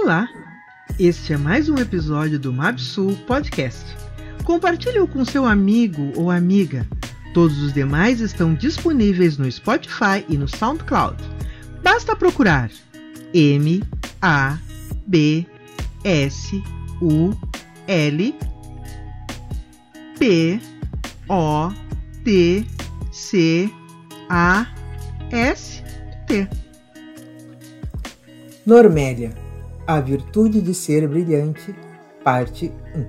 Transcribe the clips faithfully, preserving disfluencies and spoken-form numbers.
Olá! Este é mais um episódio do MapSul Podcast. Compartilhe-o com seu amigo ou amiga. Todos os demais estão disponíveis no Spotify e no SoundCloud. Basta procurar M A B S U L P O T C A S T. Normélia, a virtude de ser brilhante, parte um.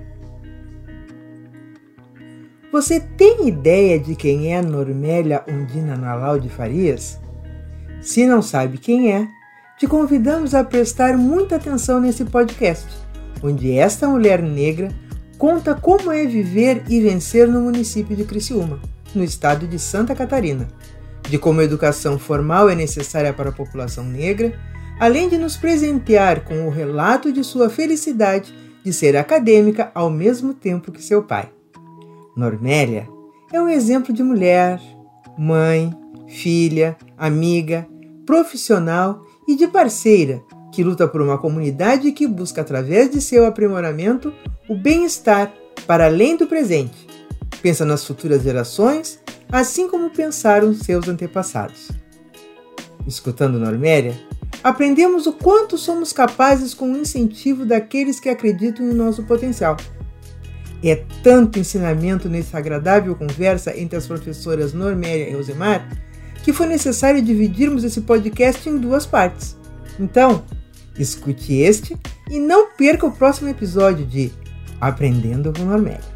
Você tem ideia de quem é Normélia Undina Lalau de Farias? Se não sabe quem é, te convidamos a prestar muita atenção nesse podcast, onde esta mulher negra conta como é viver e vencer no município de Criciúma, no estado de Santa Catarina, de como a educação formal é necessária para a população negra, além de nos presentear com o relato de sua felicidade de ser acadêmica ao mesmo tempo que seu pai. Normélia é um exemplo de mulher, mãe, filha, amiga, profissional e de parceira que luta por uma comunidade que busca, através de seu aprimoramento, o bem-estar para além do presente. Pensa nas futuras gerações, assim como pensaram seus antepassados. Escutando Normélia, aprendemos o quanto somos capazes com o incentivo daqueles que acreditam em nosso potencial. É tanto ensinamento nessa agradável conversa entre as professoras Normélia e Rosemar que foi necessário dividirmos esse podcast em duas partes. Então, escute este e não perca o próximo episódio de Aprendendo com Normélia.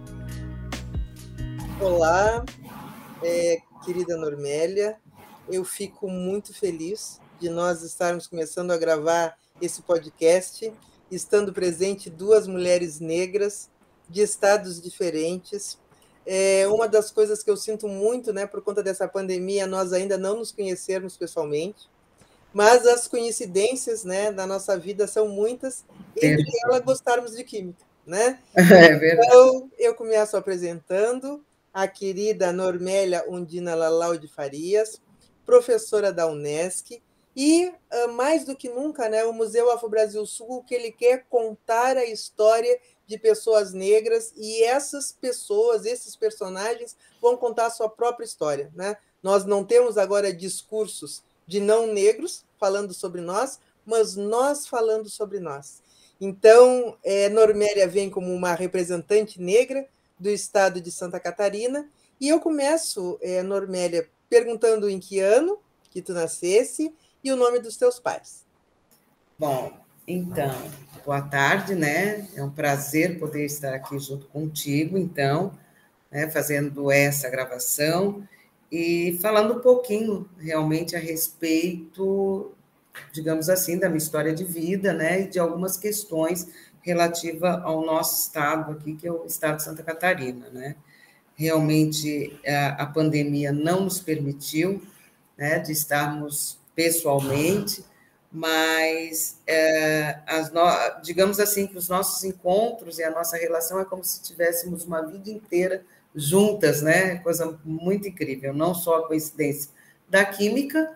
Olá, é, querida Normélia, eu fico muito feliz de nós estarmos começando a gravar esse podcast, estando presente duas mulheres negras de estados diferentes. É uma das coisas que eu sinto muito, né, por conta dessa pandemia, nós ainda não nos conhecermos pessoalmente, mas as coincidências, né, da nossa vida são muitas, entre é. elas gostarmos de química, né? É verdade. Então, eu começo apresentando a querida Normélia Undina Lalau de Farias, professora da Unesc, e, mais do que nunca, né, o Museu Afro-Brasil Sul, que ele quer contar a história de pessoas negras, e essas pessoas, esses personagens, vão contar a sua própria história, né? Nós não temos agora discursos de não negros falando sobre nós, mas nós falando sobre nós. Então, é, Normélia vem como uma representante negra do estado de Santa Catarina, e eu começo, é, Normélia, perguntando em que ano que tu nascesse e o nome dos teus pais. Bom, então, boa tarde, né? É um prazer poder estar aqui junto contigo, então, né, fazendo essa gravação e falando um pouquinho realmente a respeito, digamos assim, da minha história de vida, né, e de algumas questões relativas ao nosso estado aqui, que é o estado de Santa Catarina, né? Realmente, a, a pandemia não nos permitiu, né, de estarmos pessoalmente, mas, é, as no... digamos assim, que os nossos encontros e a nossa relação é como se tivéssemos uma vida inteira juntas, né? Coisa muito incrível, não só a coincidência da química,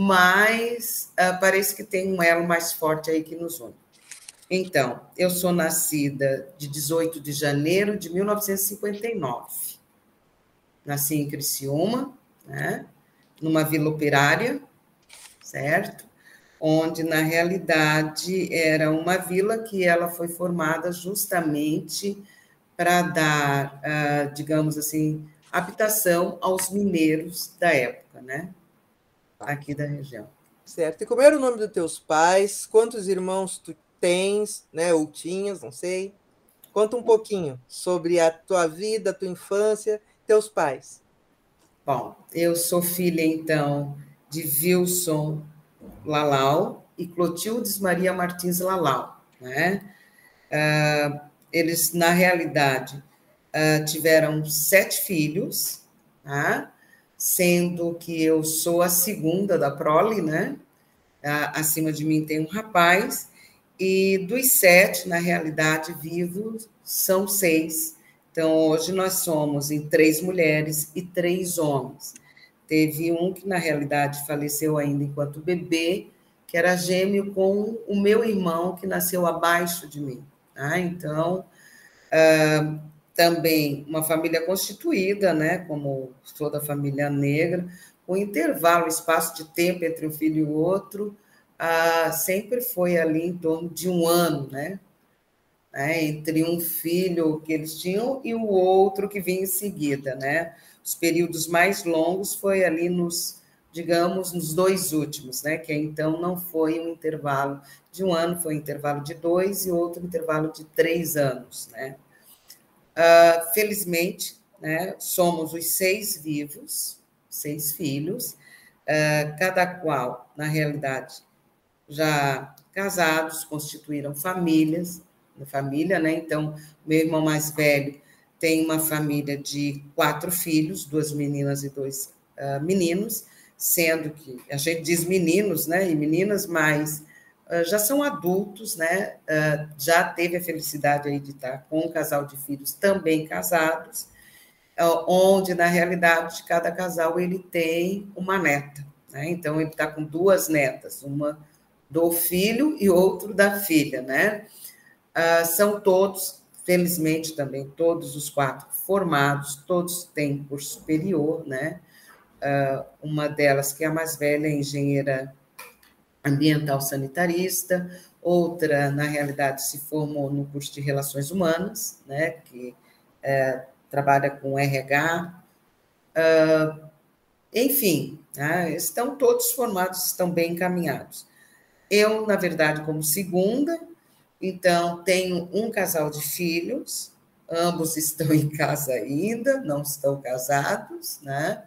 mas é, parece que tem um elo mais forte aí que nos une. Então, eu sou nascida de dezoito de janeiro de mil novecentos e cinquenta e nove. Nasci em Criciúma, né? Numa vila operária, certo? Onde, na realidade, era uma vila que ela foi formada justamente para dar, uh, digamos assim, habitação aos mineiros da época, né? Aqui da região. Certo. E como era o nome dos teus pais? Quantos irmãos tu tens, né? Ou tinhas, não sei. Conta um pouquinho sobre a tua vida, a tua infância, teus pais. Bom, eu sou filha, então, de Wilson Lalau e Clotildes Maria Martins Lalau, né? Uh, eles, na realidade, uh, tiveram sete filhos, tá? Sendo que eu sou a segunda da prole, né? Uh, acima de mim tem um rapaz, e dos sete, na realidade, vivos, são seis. Então, hoje nós somos em três mulheres e três homens. Teve um que, na realidade, faleceu ainda enquanto bebê, que era gêmeo com o meu irmão, que nasceu abaixo de mim. Tá? Então, uh, também uma família constituída, né, como toda família negra, o intervalo, o espaço de tempo entre um filho e o outro, uh, sempre foi ali em torno de um ano, né? É, entre um filho que eles tinham e o outro que vinha em seguida, né? Os períodos mais longos foi ali nos, digamos, nos dois últimos, né? Que então não foi um intervalo de um ano, foi um intervalo de dois e outro intervalo de três anos, né? Uh, felizmente, né? Somos os seis vivos, seis filhos, uh, cada qual, na realidade, já casados, constituíram famílias, família, né? Então, meu irmão mais velho tem uma família de quatro filhos, duas meninas e dois uh, meninos, sendo que a gente diz meninos, né? E meninas, mas uh, já são adultos, né? Uh, já teve a felicidade aí de estar com um casal de filhos também casados, uh, onde, na realidade, de cada casal ele tem uma neta, né? Então, ele está com duas netas, uma do filho e outro da filha, né? Uh, são todos, felizmente também, todos os quatro formados, todos têm curso superior, né? Uh, uma delas, que é a mais velha, é engenheira ambiental sanitarista, outra, na realidade, se formou no curso de Relações Humanas, né? Que uh, trabalha com R H. Uh, enfim, né? Estão todos formados, estão bem encaminhados. Eu, na verdade, como segunda, então, tenho um casal de filhos, ambos estão em casa ainda, não estão casados, né?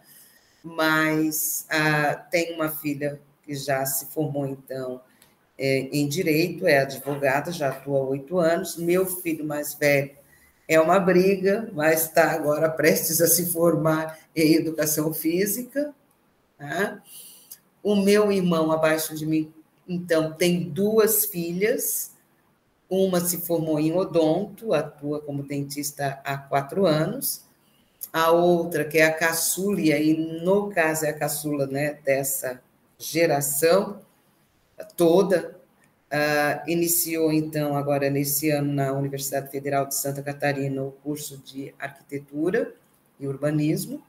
Mas ah, tenho uma filha que já se formou, então, é, em Direito, é advogada, já atua há oito anos. Meu filho mais velho é uma briga, mas está agora prestes a se formar em Educação Física. Né? O meu irmão, abaixo de mim, então, tem duas filhas. Uma se formou em odonto, atua como dentista há quatro anos. A outra, que é a caçula, e aí, no caso, é a caçula, né, dessa geração toda, uh, iniciou, então, agora nesse ano, na Universidade Federal de Santa Catarina, o curso de Arquitetura e Urbanismo.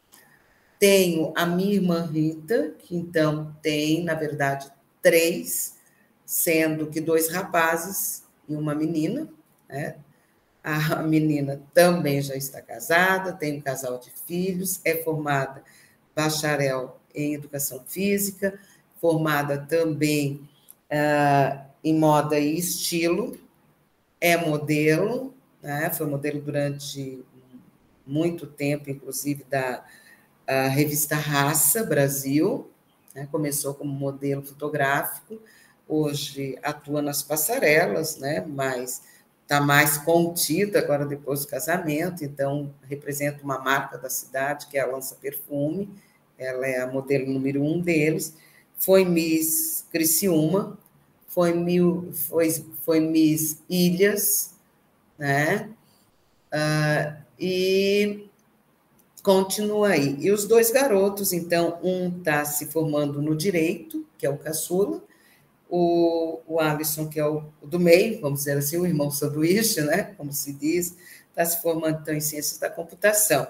Tenho a minha irmã Rita, que, então, tem, na verdade, três, sendo que dois rapazes e uma menina, né? A menina também já está casada, tem um casal de filhos, é formada bacharel em Educação Física, formada também uh, em moda e estilo, é modelo, né? Foi modelo durante muito tempo, inclusive da a revista Raça Brasil, né? Começou como modelo fotográfico, hoje atua nas passarelas, né? Mas está mais contida agora depois do casamento, então representa uma marca da cidade, que é a Lança Perfume, ela é a modelo número um deles, foi Miss Criciúma, foi, mil, foi, foi Miss Ilhas, né? Uh, e continua aí. E os dois garotos, então, um está se formando no Direito, que é o caçula, O, o Alisson, que é o, o do meio, vamos dizer assim, o irmão sanduíche, né, como se diz, está se formando então, em Ciências da Computação.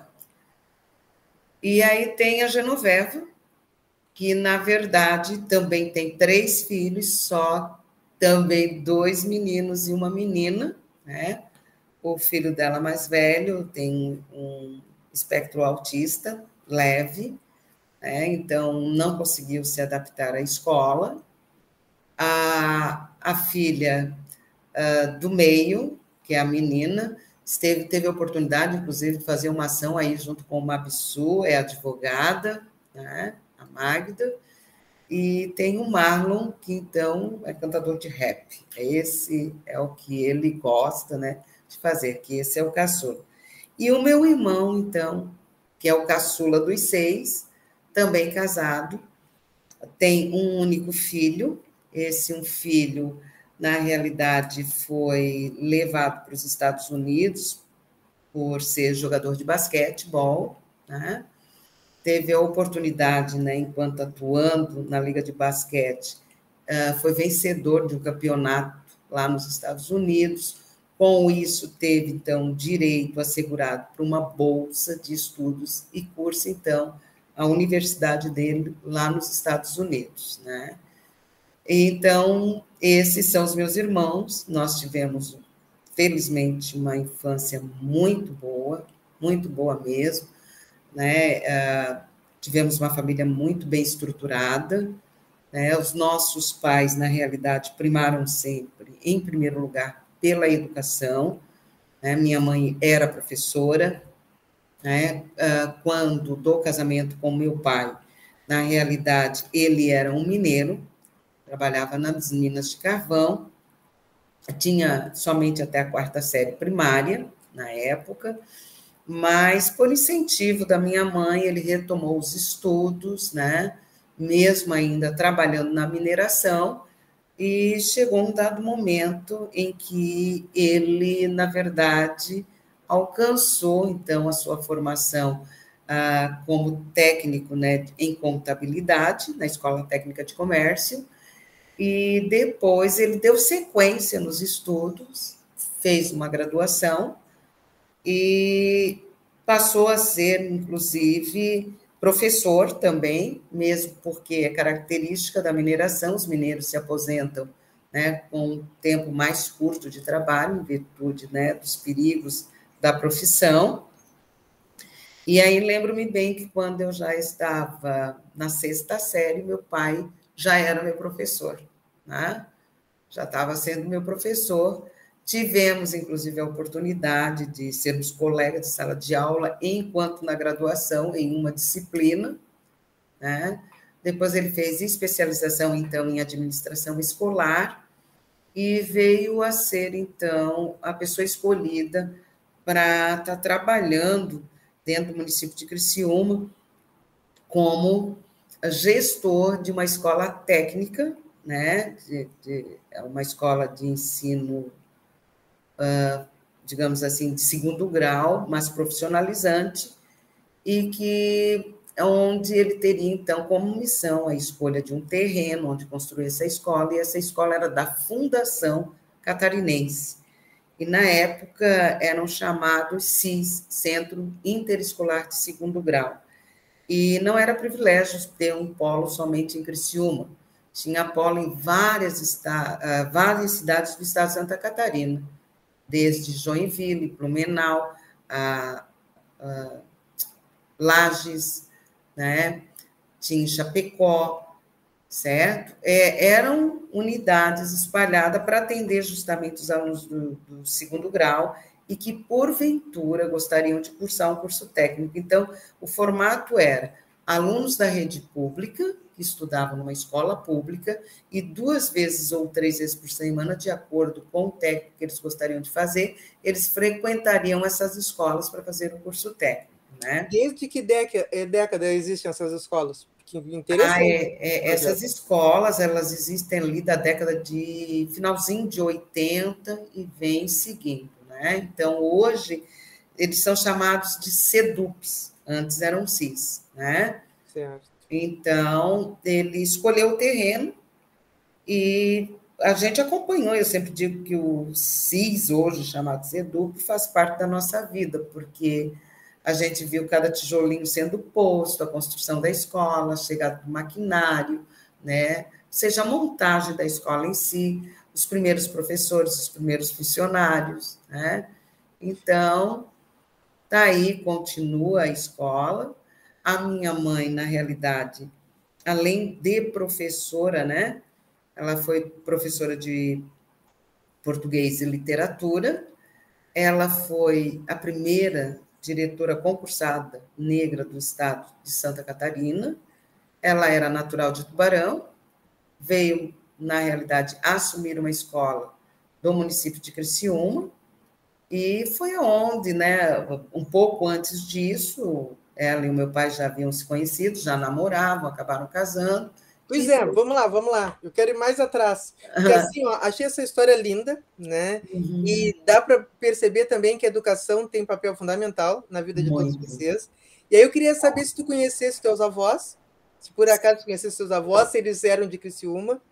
E aí tem a Genoveva, que, na verdade, também tem três filhos, só também dois meninos e uma menina, né? O filho dela mais velho tem um espectro autista leve, né? Então não conseguiu se adaptar à escola. A, a filha uh, do meio, que é a menina, esteve, teve a oportunidade, inclusive, de fazer uma ação aí junto com o Mabsu, é advogada, né, a Magda, e tem o Marlon, que, então, é cantador de rap. Esse é o que ele gosta, né, de fazer, que esse é o caçula. E o meu irmão, então, que é o caçula dos seis, também casado, tem um único filho. Esse um filho, na realidade, foi levado para os Estados Unidos por ser jogador de basquetebol, né? Teve a oportunidade, né, enquanto atuando na Liga de Basquete, foi vencedor de um campeonato lá nos Estados Unidos. Com isso, teve, então, direito assegurado para uma bolsa de estudos e cursa, então, a universidade dele lá nos Estados Unidos, né? Então, esses são os meus irmãos. Nós tivemos, felizmente, uma infância muito boa, muito boa mesmo, né? Uh, tivemos uma família muito bem estruturada, né? Os nossos pais, na realidade, primaram sempre, em primeiro lugar, pela educação, né? Minha mãe era professora, né? Uh, quando do casamento com meu pai, na realidade, ele era um mineiro, trabalhava nas minas de carvão, tinha somente até a quarta série primária, na época, mas, por incentivo da minha mãe, ele retomou os estudos, né? Mesmo ainda trabalhando na mineração, e chegou um dado momento em que ele, na verdade, alcançou, então, a sua formação ah, como técnico, né, em contabilidade, na Escola Técnica de Comércio, e depois ele deu sequência nos estudos, fez uma graduação e passou a ser, inclusive, professor também, mesmo porque é característica da mineração, os mineiros se aposentam, né, com um tempo mais curto de trabalho, em virtude, né, dos perigos da profissão. E aí lembro-me bem que quando eu já estava na sexta série, meu pai já era meu professor, né? Já estava sendo meu professor. Tivemos, inclusive, a oportunidade de sermos colegas de sala de aula enquanto na graduação, em uma disciplina, né? Depois ele fez especialização, então, em administração escolar e veio a ser, então, a pessoa escolhida para estar trabalhando dentro do município de Criciúma como gestor de uma escola técnica, né? De, de, uma escola de ensino, Uh, digamos assim, de segundo grau, mas profissionalizante, e que onde ele teria, então, como missão a escolha de um terreno onde construir essa escola, e essa escola era da Fundação Catarinense. E, na época, eram chamados C I S, Centro Interescolar de Segundo Grau. E não era privilégio ter um polo somente em Criciúma, tinha polo em várias, esta, uh, várias cidades do estado de Santa Catarina, desde Joinville, Blumenau, a, a Lages, né? Tinha Chapecó, certo? É, eram unidades espalhadas para atender justamente os alunos do, do segundo grau e que, porventura, gostariam de cursar um curso técnico. Então, o formato era alunos da rede pública, que estudavam numa escola pública, e duas vezes ou três vezes por semana, de acordo com o técnico que eles gostariam de fazer, eles frequentariam essas escolas para fazer o curso técnico, né? Desde que década, década existem essas escolas? Que interessante. Ah, é, é, essas escolas, elas existem ali da década de finalzinho de oitenta e vem seguindo, né? Então, hoje, eles são chamados de SEDUPs, antes eram C I S, né? Certo. Então, ele escolheu o terreno e a gente acompanhou. Eu sempre digo que o C I S, hoje chamado SEDUP, faz parte da nossa vida, porque a gente viu cada tijolinho sendo posto, a construção da escola, a chegada do maquinário, né? Ou seja, a montagem da escola em si, os primeiros professores, os primeiros funcionários, né? Então, daí continua a escola. A minha mãe, na realidade, além de professora, né? Ela foi professora de português e literatura, ela foi a primeira diretora concursada negra do estado de Santa Catarina, ela era natural de Tubarão, veio, na realidade, assumir uma escola do município de Criciúma, e foi onde, né, um pouco antes disso, ela e o meu pai já haviam se conhecido, já namoravam, acabaram casando. Pois é, foi. vamos lá, vamos lá. Eu quero ir mais atrás. Porque assim, ó, achei essa história linda, né? Uhum. E dá para perceber também que a educação tem papel fundamental na vida de Muito. todos vocês. E aí eu queria saber se tu conhecesse teus avós, se por acaso tu conhecesse teus avós, se eles eram de Criciúma.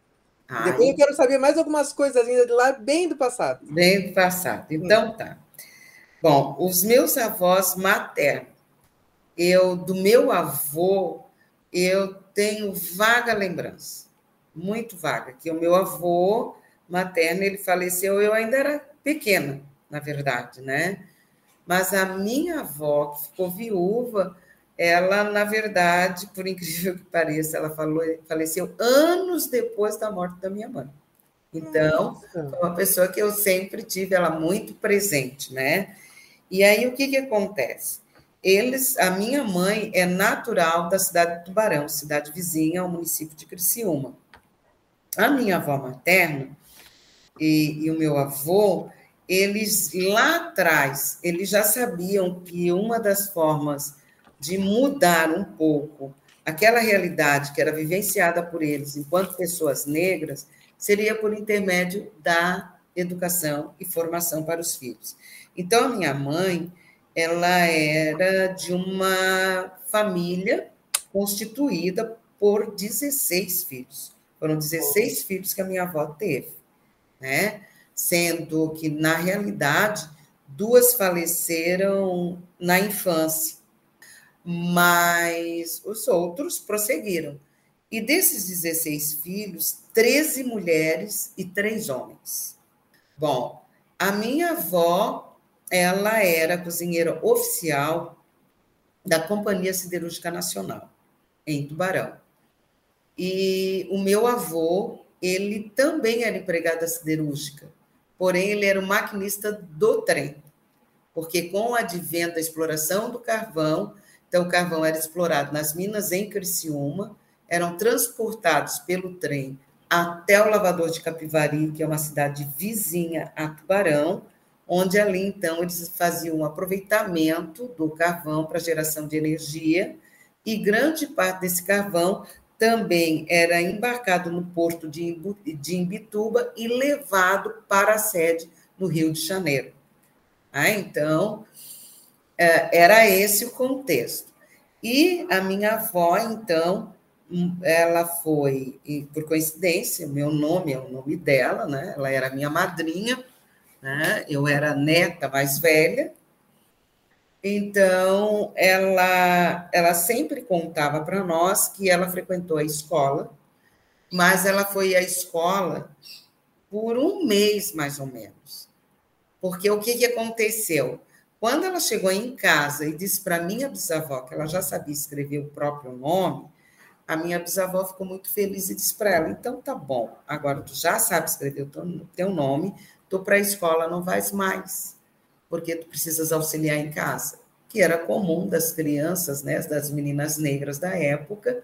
Ai, depois eu quero saber mais algumas coisas ainda de lá, bem do passado. Bem do passado. Então, tá. Bom, os meus avós maternos, eu, do meu avô, eu tenho vaga lembrança, muito vaga, que o meu avô materno, ele faleceu, eu ainda era pequena, na verdade, né? Mas a minha avó, que ficou viúva, ela, na verdade, por incrível que pareça, ela falou, faleceu anos depois da morte da minha mãe. Então, foi uma pessoa que eu sempre tive ela muito presente, né? E aí, o que que acontece? Eles, a minha mãe é natural da cidade de Tubarão, cidade vizinha ao município de Criciúma. A minha avó materna e, e o meu avô, eles lá atrás, eles já sabiam que uma das formas de mudar um pouco aquela realidade que era vivenciada por eles enquanto pessoas negras seria por intermédio da educação e formação para os filhos. Então, a minha mãe, ela era de uma família constituída por dezesseis filhos. Foram dezesseis filhos que a minha avó teve, né? Sendo que, na realidade, duas faleceram na infância, mas os outros prosseguiram. E desses dezesseis filhos, treze mulheres e três homens. Bom, a minha avó, ela era cozinheira oficial da Companhia Siderúrgica Nacional, em Tubarão. E o meu avô, ele também era empregado da siderúrgica, porém ele era o maquinista do trem, porque com o advento da exploração do carvão, então o carvão era explorado nas minas em Criciúma, eram transportados pelo trem até o Lavador de Capivari, que é uma cidade vizinha a Tubarão, onde ali, então, eles faziam um aproveitamento do carvão para geração de energia, e grande parte desse carvão também era embarcado no porto de Imbituba e levado para a sede no Rio de Janeiro. Ah, então, era esse o contexto. E a minha avó, então, ela foi, e por coincidência, o meu nome é o nome dela, né? Ela era minha madrinha, né? Eu era a neta mais velha, então ela, ela sempre contava para nós que ela frequentou a escola, mas ela foi à escola por um mês, mais ou menos, porque o que, que aconteceu? Quando ela chegou em casa e disse para a minha bisavó que ela já sabia escrever o próprio nome, a minha bisavó ficou muito feliz e disse para ela, então tá bom, agora tu já sabe escrever o teu nome, tu para a escola não vais mais, porque tu precisas auxiliar em casa, que era comum das crianças, né, das meninas negras da época,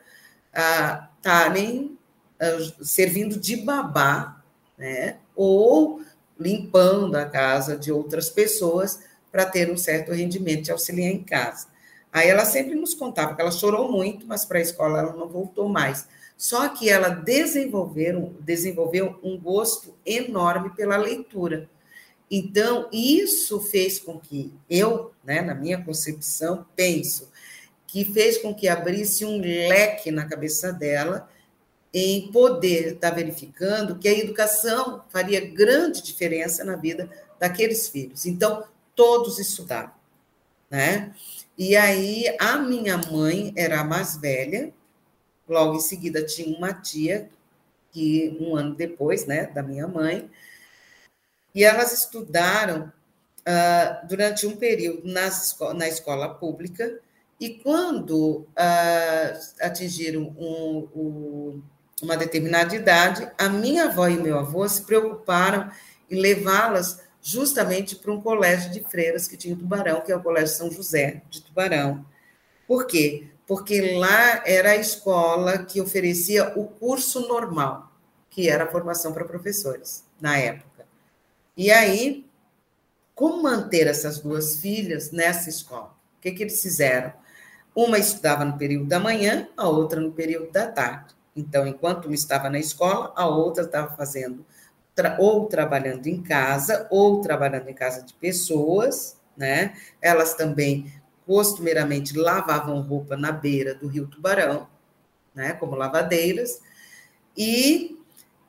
estarem servindo de babá, né, ou limpando a casa de outras pessoas para ter um certo rendimento de auxiliar em casa. Aí ela sempre nos contava que ela chorou muito, mas para a escola ela não voltou mais. Só que ela desenvolveu, desenvolveu um gosto enorme pela leitura. Então, isso fez com que eu, né, na minha concepção, penso, que fez com que abrisse um leque na cabeça dela em poder estar verificando que a educação faria grande diferença na vida daqueles filhos. Então, todos estudavam, né? E aí, a minha mãe era a mais velha, logo em seguida tinha uma tia, que um ano depois, né, da minha mãe, e elas estudaram uh, durante um período nas, na escola pública, e quando uh, atingiram um, um, uma determinada idade, a minha avó e meu avô se preocuparam em levá-las justamente para um colégio de freiras que tinha em Tubarão, que é o Colégio São José de Tubarão. Por quê? Porque lá era a escola que oferecia o curso normal, que era a formação para professores, na época. E aí, como manter essas duas filhas nessa escola? O que, que eles fizeram? Uma estudava no período da manhã, a outra no período da tarde. Então, enquanto uma estava na escola, a outra estava fazendo ou trabalhando em casa, ou trabalhando em casa de pessoas, né? Elas também, costumeiramente, lavavam roupa na beira do Rio Tubarão, né? Como lavadeiras, e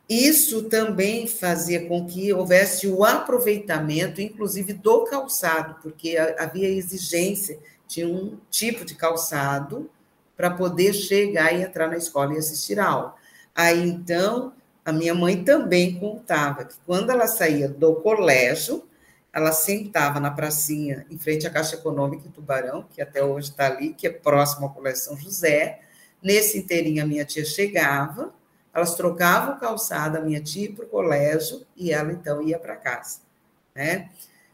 Isso também fazia com que houvesse o aproveitamento, inclusive, do calçado, porque havia exigência de um tipo de calçado para poder chegar e entrar na escola e assistir a aula. Aí, então, a minha mãe também contava que quando ela saía do colégio, ela sentava na pracinha, em frente à Caixa Econômica em Tubarão, que até hoje está ali, que é próximo ao Colégio São José. Nesse inteirinho, a minha tia chegava, elas trocavam o calçado, a minha tia ia para o colégio e ela, então, ia para casa, né?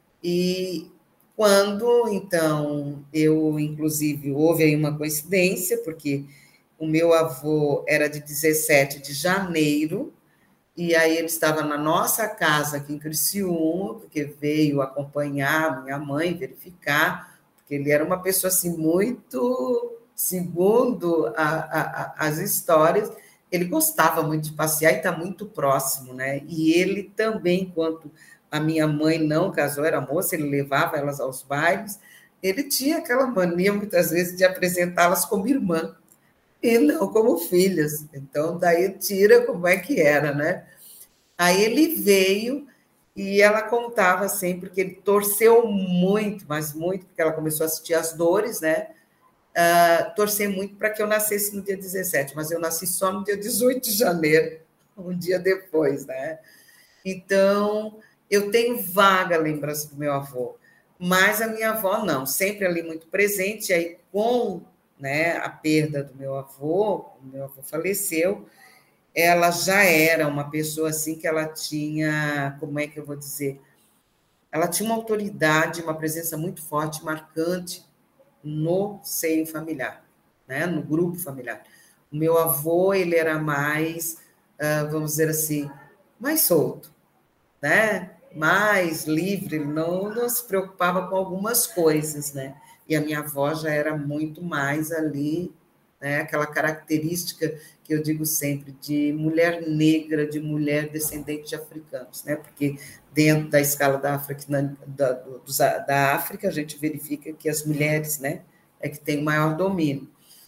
E quando, então, eu, inclusive, houve aí uma coincidência, porque o meu avô era de dezessete de janeiro, e aí ele estava na nossa casa aqui em Criciúma, porque veio acompanhar minha mãe, verificar, porque ele era uma pessoa, assim, muito, segundo a, a, a, as histórias, ele gostava muito de passear e está muito próximo, né? E ele também, enquanto a minha mãe não casou, era moça, ele levava elas aos bailes, ele tinha aquela mania, muitas vezes, de apresentá-las como irmã, e não como filhas. Então, daí tira como é que era, né? Aí ele veio e ela contava sempre que ele torceu muito, mas muito, porque ela começou a sentir as dores, né? Uh, torcer muito para que eu nascesse no dia dezessete, mas eu nasci só no dia dezoito de janeiro, um dia depois, né? Então, eu tenho vaga lembrança do meu avô, mas a minha avó não, sempre ali muito presente. Aí, com, né, a perda do meu avô, o meu avô faleceu, ela já era uma pessoa assim que ela tinha, como é que eu vou dizer? Ela tinha uma autoridade, uma presença muito forte, marcante no seio familiar, né, no grupo familiar. O meu avô, ele era mais, vamos dizer assim, mais solto, né, mais livre, ele não, não se preocupava com algumas coisas, né, e a minha avó já era muito mais ali, né, aquela característica que eu digo sempre, de mulher negra, de mulher descendente de africanos, né, porque dentro da escala da África, da, da, da África, a gente verifica que as mulheres, né, é que têm maior domínio.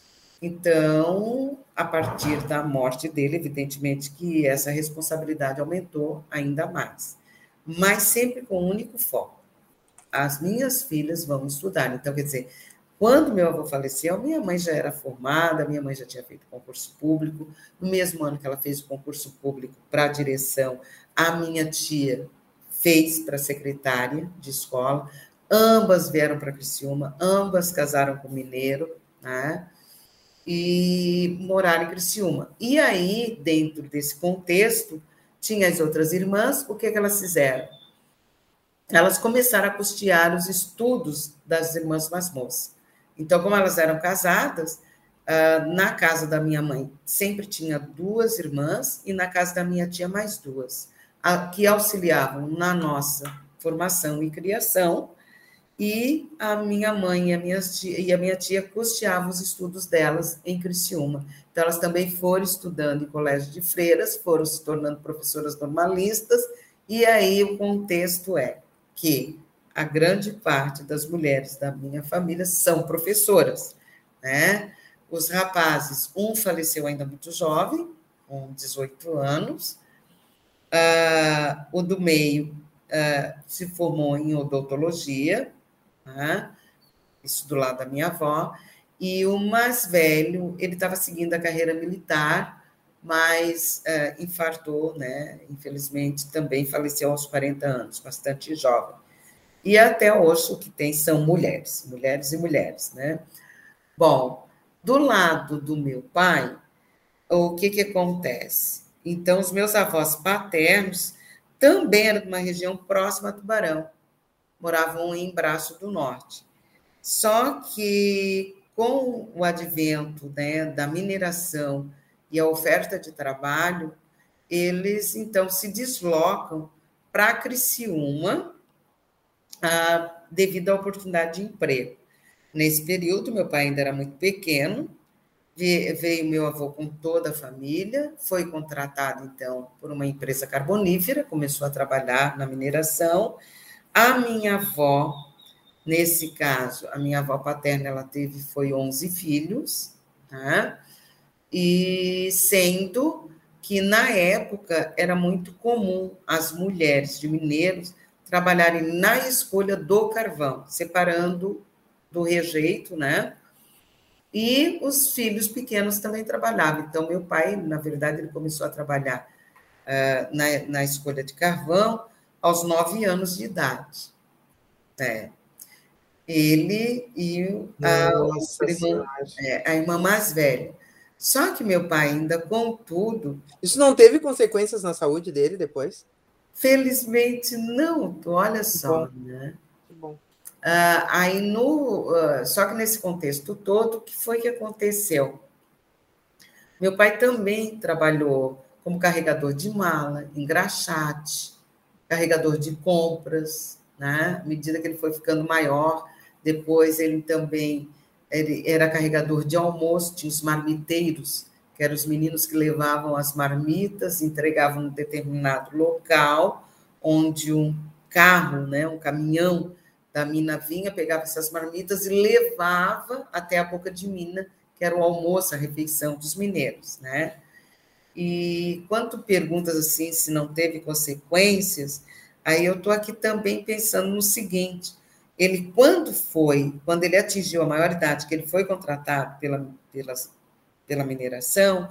Então, a partir da morte dele, evidentemente que essa responsabilidade aumentou ainda mais, mas sempre com um único foco: as minhas filhas vão estudar. Então, quer dizer, quando meu avô faleceu, minha mãe já era formada, minha mãe já tinha feito concurso público. No mesmo ano que ela fez o concurso público para a direção, a minha tia fez para secretária de escola. Ambas vieram para Criciúma, ambas casaram com mineiro, né? E moraram em Criciúma. E aí, dentro desse contexto, tinha as outras irmãs. O que, que elas fizeram? Elas começaram a custear os estudos das irmãs mais moças. Então, como elas eram casadas, na casa da minha mãe sempre tinha duas irmãs e na casa da minha tia mais duas, que auxiliavam na nossa formação e criação, e a minha mãe e a minha tia, e a minha tia custeavam os estudos delas em Criciúma. Então, elas também foram estudando em colégio de freiras, foram se tornando professoras normalistas, e aí o contexto é que a grande parte das mulheres da minha família são professoras, né? Os rapazes, um faleceu ainda muito jovem, com dezoito anos, uh, o do meio uh, se formou em odontologia, né? Isso do lado da minha avó, e o mais velho, ele estava seguindo a carreira militar, mas uh, infartou, né? Infelizmente, também faleceu aos quarenta anos, bastante jovem. E até hoje o que tem são mulheres, mulheres e mulheres, né? Bom, do lado do meu pai, o que que acontece? Então, os meus avós paternos também eram de uma região próxima a Tubarão, moravam em Braço do Norte. Só que, com o advento, né, da mineração e a oferta de trabalho, eles, então, se deslocam para Criciúma, ah, devido à oportunidade de emprego. Nesse período, meu pai ainda era muito pequeno, veio meu avô com toda a família, foi contratado, então, por uma empresa carbonífera, começou a trabalhar na mineração. A minha avó, nesse caso, a minha avó paterna, ela teve, foi onze filhos, tá? E sendo que, na época, era muito comum as mulheres de mineiros trabalharem na escolha do carvão, separando do rejeito, né? E os filhos pequenos também trabalhavam. Então, meu pai, na verdade, ele começou a trabalhar uh, na, na escolha de carvão aos nove anos de idade. É. Ele e a, Nossa irmã, é, a irmã mais velha. Só que meu pai, ainda contudo... Isso não teve consequências na saúde dele depois? Felizmente, não. Olha só, que né? Que bom. Uh, aí no, uh, só que nesse contexto todo, o que foi que aconteceu? Meu pai também trabalhou como carregador de mala, engraxate, carregador de compras, né? À medida que ele foi ficando maior, depois ele também ele era carregador de almoço, tinha os marmiteiros, que eram os meninos que levavam as marmitas, entregavam em um determinado local, onde um carro, né, um caminhão da mina vinha, pegava essas marmitas e levava até a boca de mina, que era o almoço, a refeição dos mineiros, né? E quanto perguntas assim, se não teve consequências, aí eu estou aqui também pensando no seguinte, ele quando foi, quando ele atingiu a maioridade, que ele foi contratado pela, pela, pela mineração,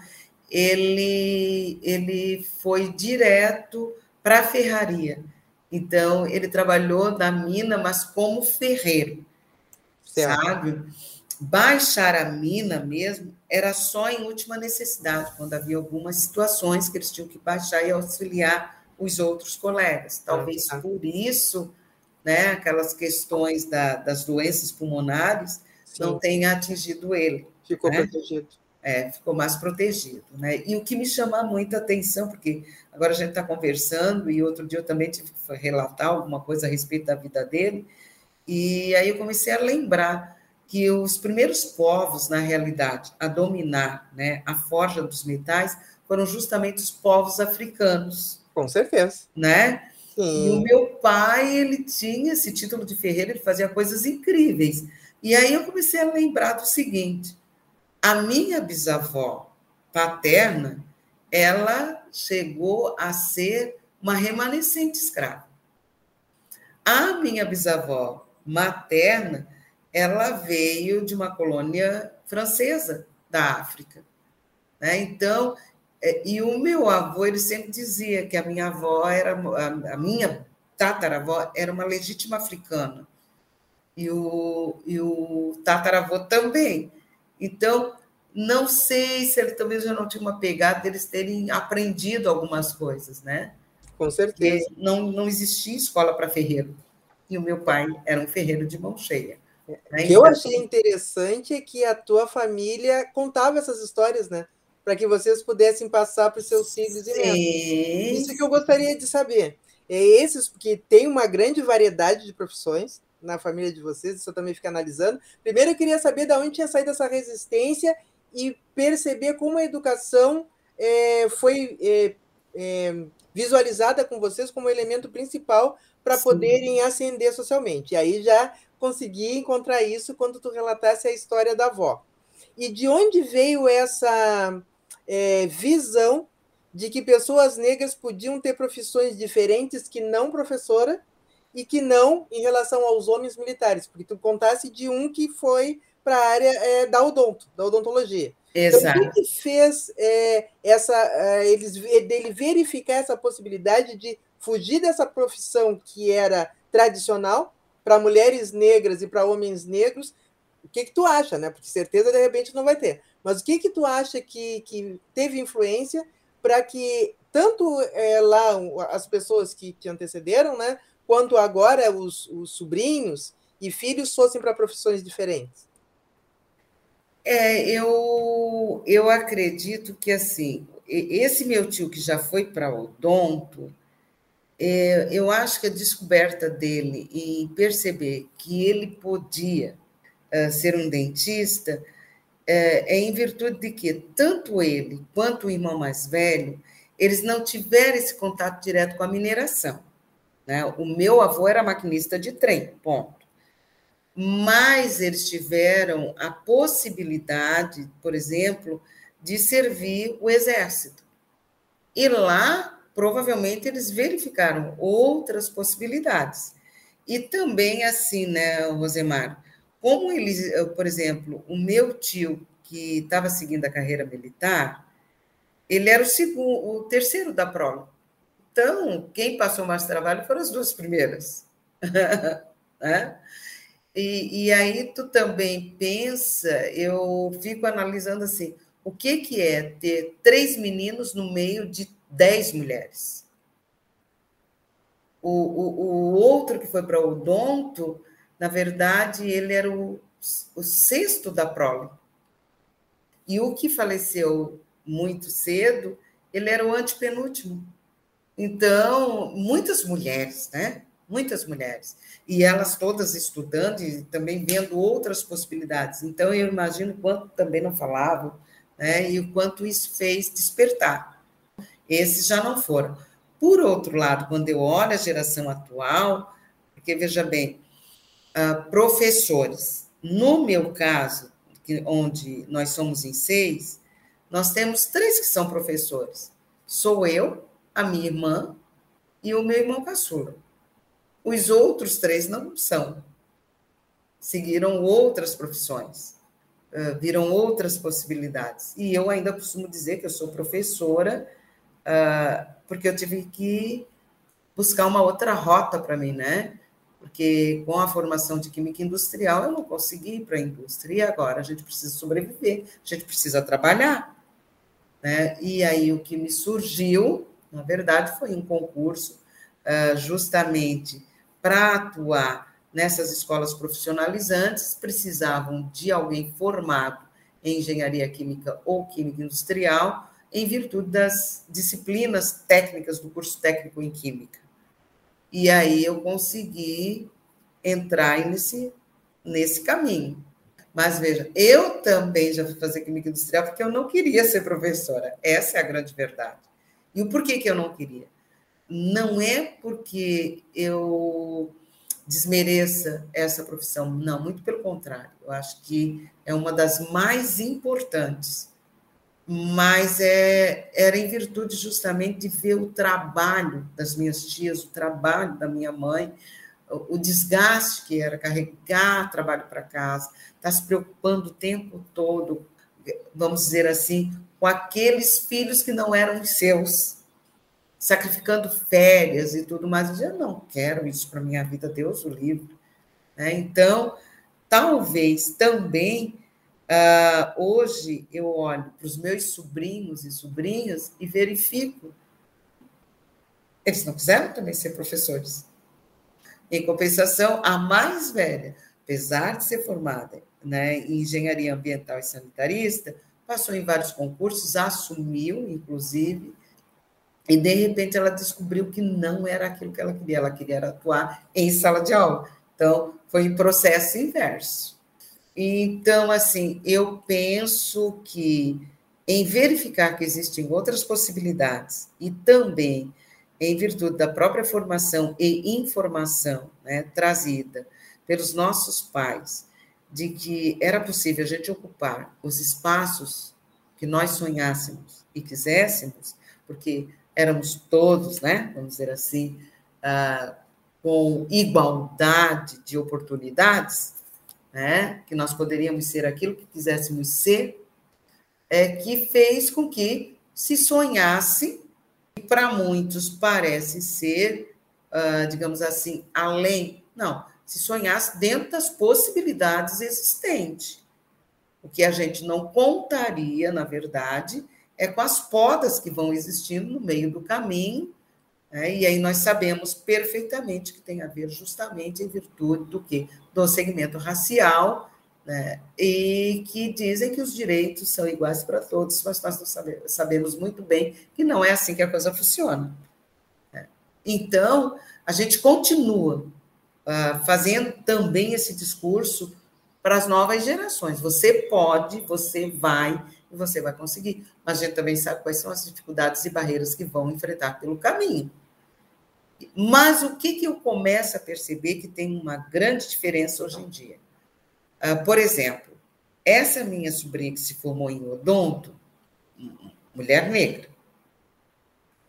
ele, ele foi direto para a ferraria. Então, ele trabalhou na mina, mas como ferreiro, certo. Sabe? Baixar a mina mesmo era só em última necessidade, quando havia algumas situações que eles tinham que baixar e auxiliar os outros colegas. Talvez ah, tá. por isso, né, aquelas questões da, das doenças pulmonares Sim. não tenha atingido ele. Ficou né? protegido. É, ficou mais protegido. Né? E o que me chama muita atenção, porque agora a gente está conversando, e outro dia eu também tive que relatar alguma coisa a respeito da vida dele, e aí eu comecei a lembrar que os primeiros povos, na realidade, a dominar, né, a forja dos metais foram justamente os povos africanos. Com certeza. Né? Sim. E o meu pai, ele tinha esse título de ferreiro, ele fazia coisas incríveis. E aí eu comecei a lembrar do seguinte, a minha bisavó paterna, ela chegou a ser uma remanescente escrava. A minha bisavó materna, ela veio de uma colônia francesa da África. Né? Então, e o meu avô, ele sempre dizia que a minha avó era, a minha tataravó era uma legítima africana. E o, e o tataravô também. Então, não sei se ele talvez já não tinha uma pegada deles terem aprendido algumas coisas, né? Com certeza. Porque não, não existia escola para ferreiro. E o meu pai era um ferreiro de mão cheia. O né? que eu achei interessante é que a tua família contava essas histórias, né? Para que vocês pudessem passar para os seus filhos e netos. Isso que eu gostaria de saber. É esses, porque tem uma grande variedade de profissões na família de vocês, isso eu também fico analisando. Primeiro, eu queria saber de onde tinha saído essa resistência e perceber como a educação é, foi é, é, visualizada com vocês como elemento principal para poderem ascender socialmente. E aí já consegui encontrar isso quando tu relatasse a história da avó. E de onde veio essa é, visão de que pessoas negras podiam ter profissões diferentes que não professora e que não em relação aos homens militares? Porque tu contasse de um que foi para a área é, da odonto, da odontologia. Exato. Então, o que fez é, essa, é, eles, dele verificar essa possibilidade de fugir dessa profissão que era tradicional para mulheres negras e para homens negros? O que, que tu acha, né? Porque certeza, de repente, não vai ter. Mas o que, que tu acha que, que teve influência para que tanto é, lá as pessoas que te antecederam, né, quanto agora os, os sobrinhos e filhos fossem para profissões diferentes? É, eu, eu acredito que, assim, esse meu tio que já foi para odonto, é, eu acho que a descoberta dele em perceber que ele podia uh, ser um dentista é, é em virtude de que tanto ele quanto o irmão mais velho, eles não tiveram esse contato direto com a mineração. Né? O meu avô era maquinista de trem, ponto. Mas eles tiveram a possibilidade, por exemplo, de servir o exército. E lá, provavelmente, eles verificaram outras possibilidades. E também, assim, né, Rosemar, como eles, por exemplo, o meu tio, que estava seguindo a carreira militar, ele era o, segundo, o terceiro da prova. Então, quem passou mais trabalho foram as duas primeiras. Né? E, e aí tu também pensa, eu fico analisando assim, o que, que é ter três meninos no meio de dez mulheres? O, o, o outro que foi para o odonto, na verdade, ele era o, o sexto da prole. E o que faleceu muito cedo, ele era o antepenúltimo. Então, muitas mulheres, né? Muitas mulheres. E elas todas estudando e também vendo outras possibilidades. Então, eu imagino quanto também não falavam, né? E o quanto isso fez despertar. Esses já não foram. Por outro lado, quando eu olho a geração atual, porque, veja bem, uh, professores, no meu caso, que, onde nós somos em seis, nós temos três que são professores. Sou eu, a minha irmã e o meu irmão caçula. Os outros três não são. Seguiram outras profissões, uh, viram outras possibilidades. E eu ainda costumo dizer que eu sou professora, uh, porque eu tive que buscar uma outra rota para mim, né? Porque com a formação de química industrial eu não consegui ir para a indústria. E agora a gente precisa sobreviver, a gente precisa trabalhar. Né? E aí o que me surgiu, na verdade, foi um concurso uh, justamente para atuar nessas escolas profissionalizantes, precisavam de alguém formado em engenharia química ou química industrial, em virtude das disciplinas técnicas do curso técnico em química. E aí eu consegui entrar nesse, nesse caminho. Mas, veja, eu também já fui fazer química industrial porque eu não queria ser professora. Essa é a grande verdade. E o porquê que eu não queria? Não é porque eu desmereça essa profissão, não, muito pelo contrário. Eu acho que é uma das mais importantes, mas é, era em virtude justamente de ver o trabalho das minhas tias, o trabalho da minha mãe, o desgaste que era carregar trabalho para casa, estar se preocupando o tempo todo, vamos dizer assim, com aqueles filhos que não eram seus, sacrificando férias e tudo mais. Eu dizia, eu não quero isso para a minha vida, Deus o livre. Né? Então, talvez também, uh, hoje eu olho para os meus sobrinhos e sobrinhas e verifico, eles não quiseram também ser professores. Em compensação, a mais velha, apesar de ser formada, né, em engenharia ambiental e sanitarista, passou em vários concursos, assumiu, inclusive, e, de repente, ela descobriu que não era aquilo que ela queria, ela queria atuar em sala de aula. Então, foi um processo inverso. Então, assim, eu penso que, em verificar que existem outras possibilidades e também em virtude da própria formação e informação, né, trazida pelos nossos pais, de que era possível a gente ocupar os espaços que nós sonhássemos e quiséssemos, porque éramos todos, né, vamos dizer assim, ah, com igualdade de oportunidades, né, que nós poderíamos ser aquilo que quiséssemos ser, é que fez com que se sonhasse. Para muitos parece ser, uh, digamos assim, além. Não, se sonhasse dentro das possibilidades existentes. O que a gente não contaria, na verdade, é com as podas que vão existindo no meio do caminho, né? E aí nós sabemos perfeitamente que tem a ver justamente em virtude do quê? Do segmento racial, né? E que dizem que os direitos são iguais para todos, mas nós não sabemos, sabemos muito bem que não é assim que a coisa funciona. Né? Então, a gente continua uh, fazendo também esse discurso para as novas gerações. Você pode, você vai e você vai conseguir. Mas a gente também sabe quais são as dificuldades e barreiras que vão enfrentar pelo caminho. Mas o que, que eu começo a perceber que tem uma grande diferença hoje em dia? Uh, por exemplo, essa minha sobrinha que se formou em odonto, mulher negra,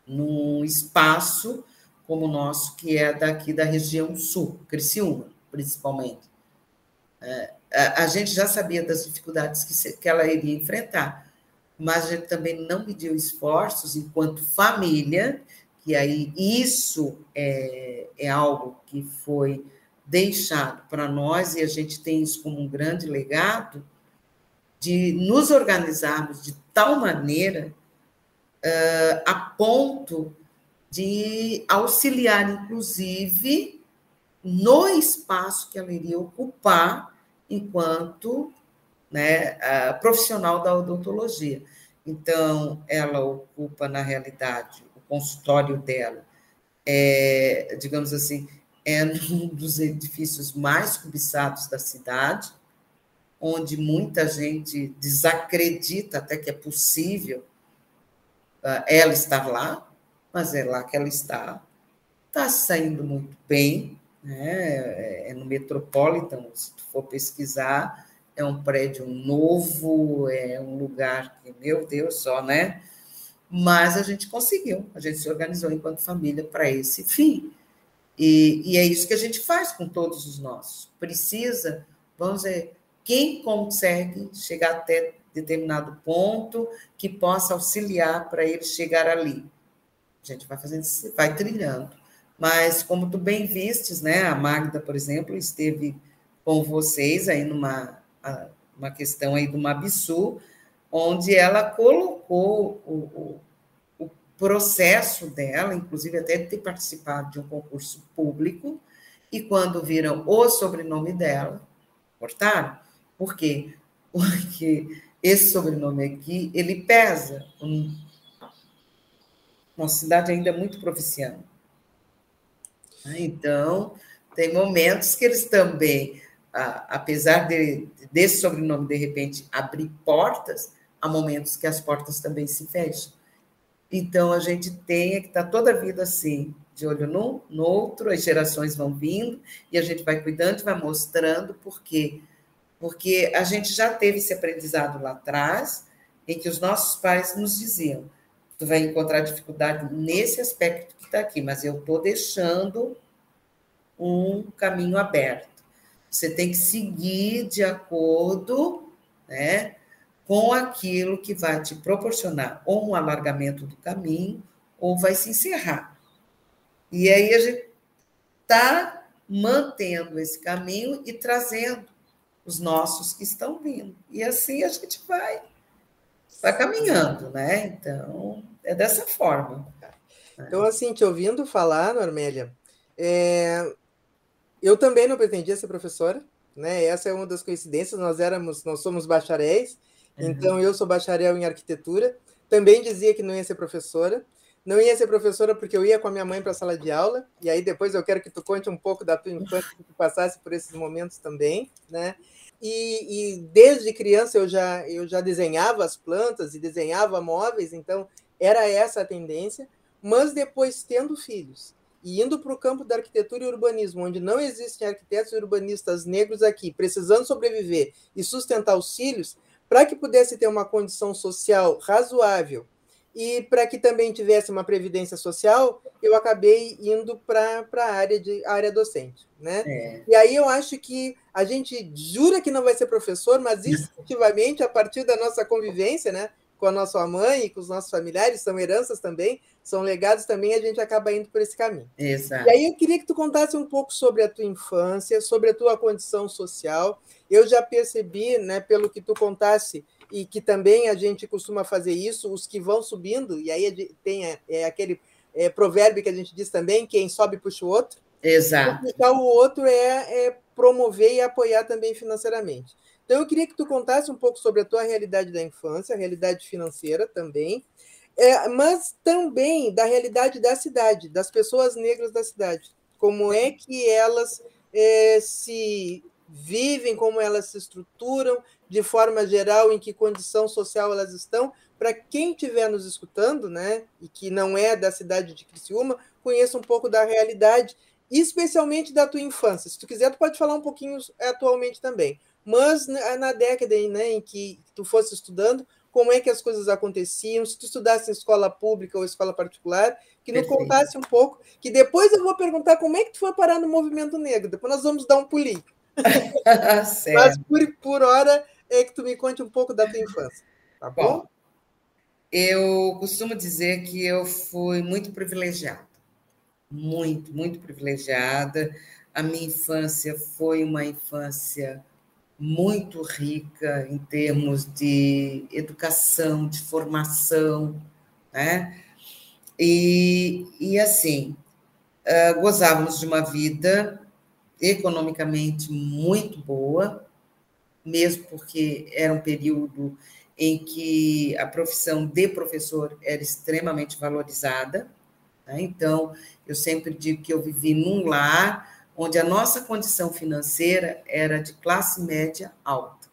num espaço como o nosso, que é daqui da região sul, Criciúma, principalmente. É, a, a gente já sabia das dificuldades que, se, que ela iria enfrentar, mas a gente também não mediu esforços enquanto família, que aí isso é, é algo que foi deixado para nós, e a gente tem isso como um grande legado, de nos organizarmos de tal maneira uh, a ponto de auxiliar, inclusive, no espaço que ela iria ocupar enquanto, né, uh, profissional da odontologia. Então, ela ocupa, na realidade, o consultório dela, é, digamos assim, é um dos edifícios mais cobiçados da cidade, onde muita gente desacredita até que é possível ela estar lá, mas é lá que ela está. Está saindo muito bem, né? É no Metropolitan, se tu for pesquisar, é um prédio novo, é um lugar que, meu Deus, só, né? Mas a gente conseguiu, a gente se organizou enquanto família para esse fim. E, e é isso que a gente faz com todos os nossos. Precisa, vamos dizer, quem consegue chegar até determinado ponto que possa auxiliar para ele chegar ali. A gente vai fazendo, vai trilhando. Mas, como tu bem vistes, né, a Magda, por exemplo, esteve com vocês aí numa uma questão aí do Mabsu, onde ela colocou o, o, o processo dela, inclusive até de ter participado de um concurso público, e quando viram o sobrenome dela, cortaram. Por quê? Porque esse sobrenome aqui, ele pesa. Uma cidade ainda muito provinciana. Então, tem momentos que eles também, apesar de, desse sobrenome, de repente, abrir portas, há momentos que as portas também se fecham. Então, a gente tem que estar toda a vida assim, de olho num, no outro, as gerações vão vindo, e a gente vai cuidando, vai mostrando, por quê? Porque a gente já teve esse aprendizado lá atrás, em que os nossos pais nos diziam, tu vai encontrar dificuldade nesse aspecto que está aqui, mas eu estou deixando um caminho aberto. Você tem que seguir de acordo, né, com aquilo que vai te proporcionar ou um alargamento do caminho, ou vai se encerrar. E aí a gente está mantendo esse caminho e trazendo os nossos que estão vindo. E assim a gente vai, vai caminhando, né? Então, é dessa forma. Então, assim, te ouvindo falar, Normélia, é... eu também não pretendia ser professora, né? Essa é uma das coincidências, nós éramos, nós somos bacharéis, uhum. Então eu sou bacharel em arquitetura, também dizia que não ia ser professora, não ia ser professora porque eu ia com a minha mãe para a sala de aula, e aí depois eu quero que tu conte um pouco da tua infância, que tu passasse por esses momentos também, né? E, e desde criança eu já, eu já desenhava as plantas e desenhava móveis, então era essa a tendência, mas depois tendo filhos e indo para o campo da arquitetura e urbanismo, onde não existem arquitetos e urbanistas negros aqui, precisando sobreviver e sustentar os filhos, para que pudesse ter uma condição social razoável e para que também tivesse uma previdência social, eu acabei indo para a área, de, área docente. Né? É. E aí eu acho que a gente jura que não vai ser professor, mas instintivamente, a partir da nossa convivência, né, com a nossa mãe e com os nossos familiares, são heranças também, são legados também, a gente acaba indo por esse caminho. Exato. E aí eu queria que tu contasse um pouco sobre a tua infância, sobre a tua condição social. Eu já percebi, né, pelo que tu contasse, e que também a gente costuma fazer isso, os que vão subindo, e aí tem é, aquele é, provérbio que a gente diz também, quem sobe puxa o outro. Exato. E o outro é, é promover e apoiar também financeiramente. Então, eu queria que tu contasse um pouco sobre a tua realidade da infância, a realidade financeira também, é, mas também da realidade da cidade, das pessoas negras da cidade. Como é que elas é, se vivem, como elas se estruturam, de forma geral, em que condição social elas estão, para quem estiver nos escutando, né, e que não é da cidade de Criciúma, conheça um pouco da realidade, especialmente da tua infância. Se tu quiser, tu pode falar um pouquinho atualmente também. Mas na década, né, em que tu fosse estudando, como é que as coisas aconteciam, se tu estudasse em escola pública ou escola particular, que nos Perfeito. contasse um pouco, que depois eu vou perguntar como é que tu foi parar no movimento negro, depois nós vamos dar um pulinho. Mas por, por hora é que tu me conte um pouco da tua infância, tá bom? Bom, eu costumo dizer que eu fui muito privilegiada, muito, muito privilegiada. A minha infância foi uma infância muito rica em termos de educação, de formação, né? E, e assim, uh, gozávamos de uma vida economicamente muito boa, mesmo porque era um período em que a profissão de professor era extremamente valorizada, né? Então, eu sempre digo que eu vivi num lar onde a nossa condição financeira era de classe média alta.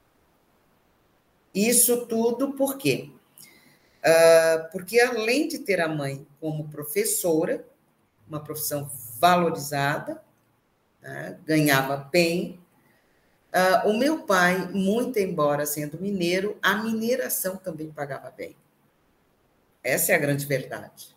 Isso tudo por quê? Uh, porque, além de ter a mãe como professora, uma profissão valorizada, né, ganhava bem, uh, o meu pai, muito embora sendo mineiro, a mineração também pagava bem. Essa é a grande verdade.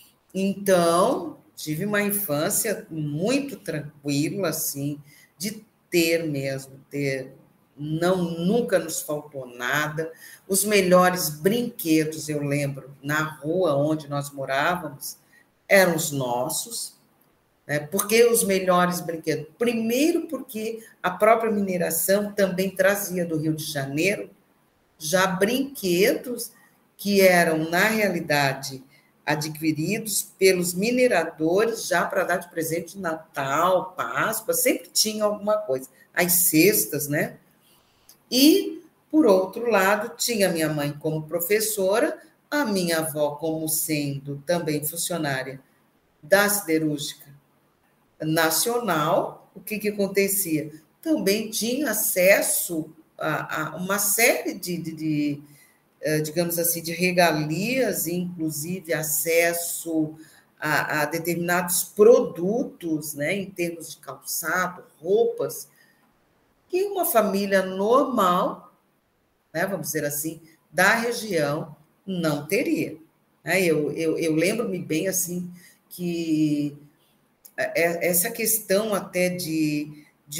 Então, tive uma infância muito tranquila, assim, de ter mesmo, ter, não, nunca nos faltou nada. Os melhores brinquedos, eu lembro, na rua onde nós morávamos, eram os nossos, né? Por que os melhores brinquedos? Primeiro porque a própria mineração também trazia do Rio de Janeiro já brinquedos que eram, na realidade, adquiridos pelos mineradores já para dar de presente de Natal, Páscoa, sempre tinha alguma coisa. As cestas, né? E, por outro lado, tinha minha mãe como professora, a minha avó como sendo também funcionária da Siderúrgica Nacional. O que, que acontecia? Também tinha acesso a, a uma série de, de, de digamos assim, de regalias, inclusive acesso a, a determinados produtos, né, em termos de calçado, roupas, que uma família normal, né, vamos dizer assim, da região, não teria. Eu, eu, eu lembro-me bem, assim, que essa questão até de, de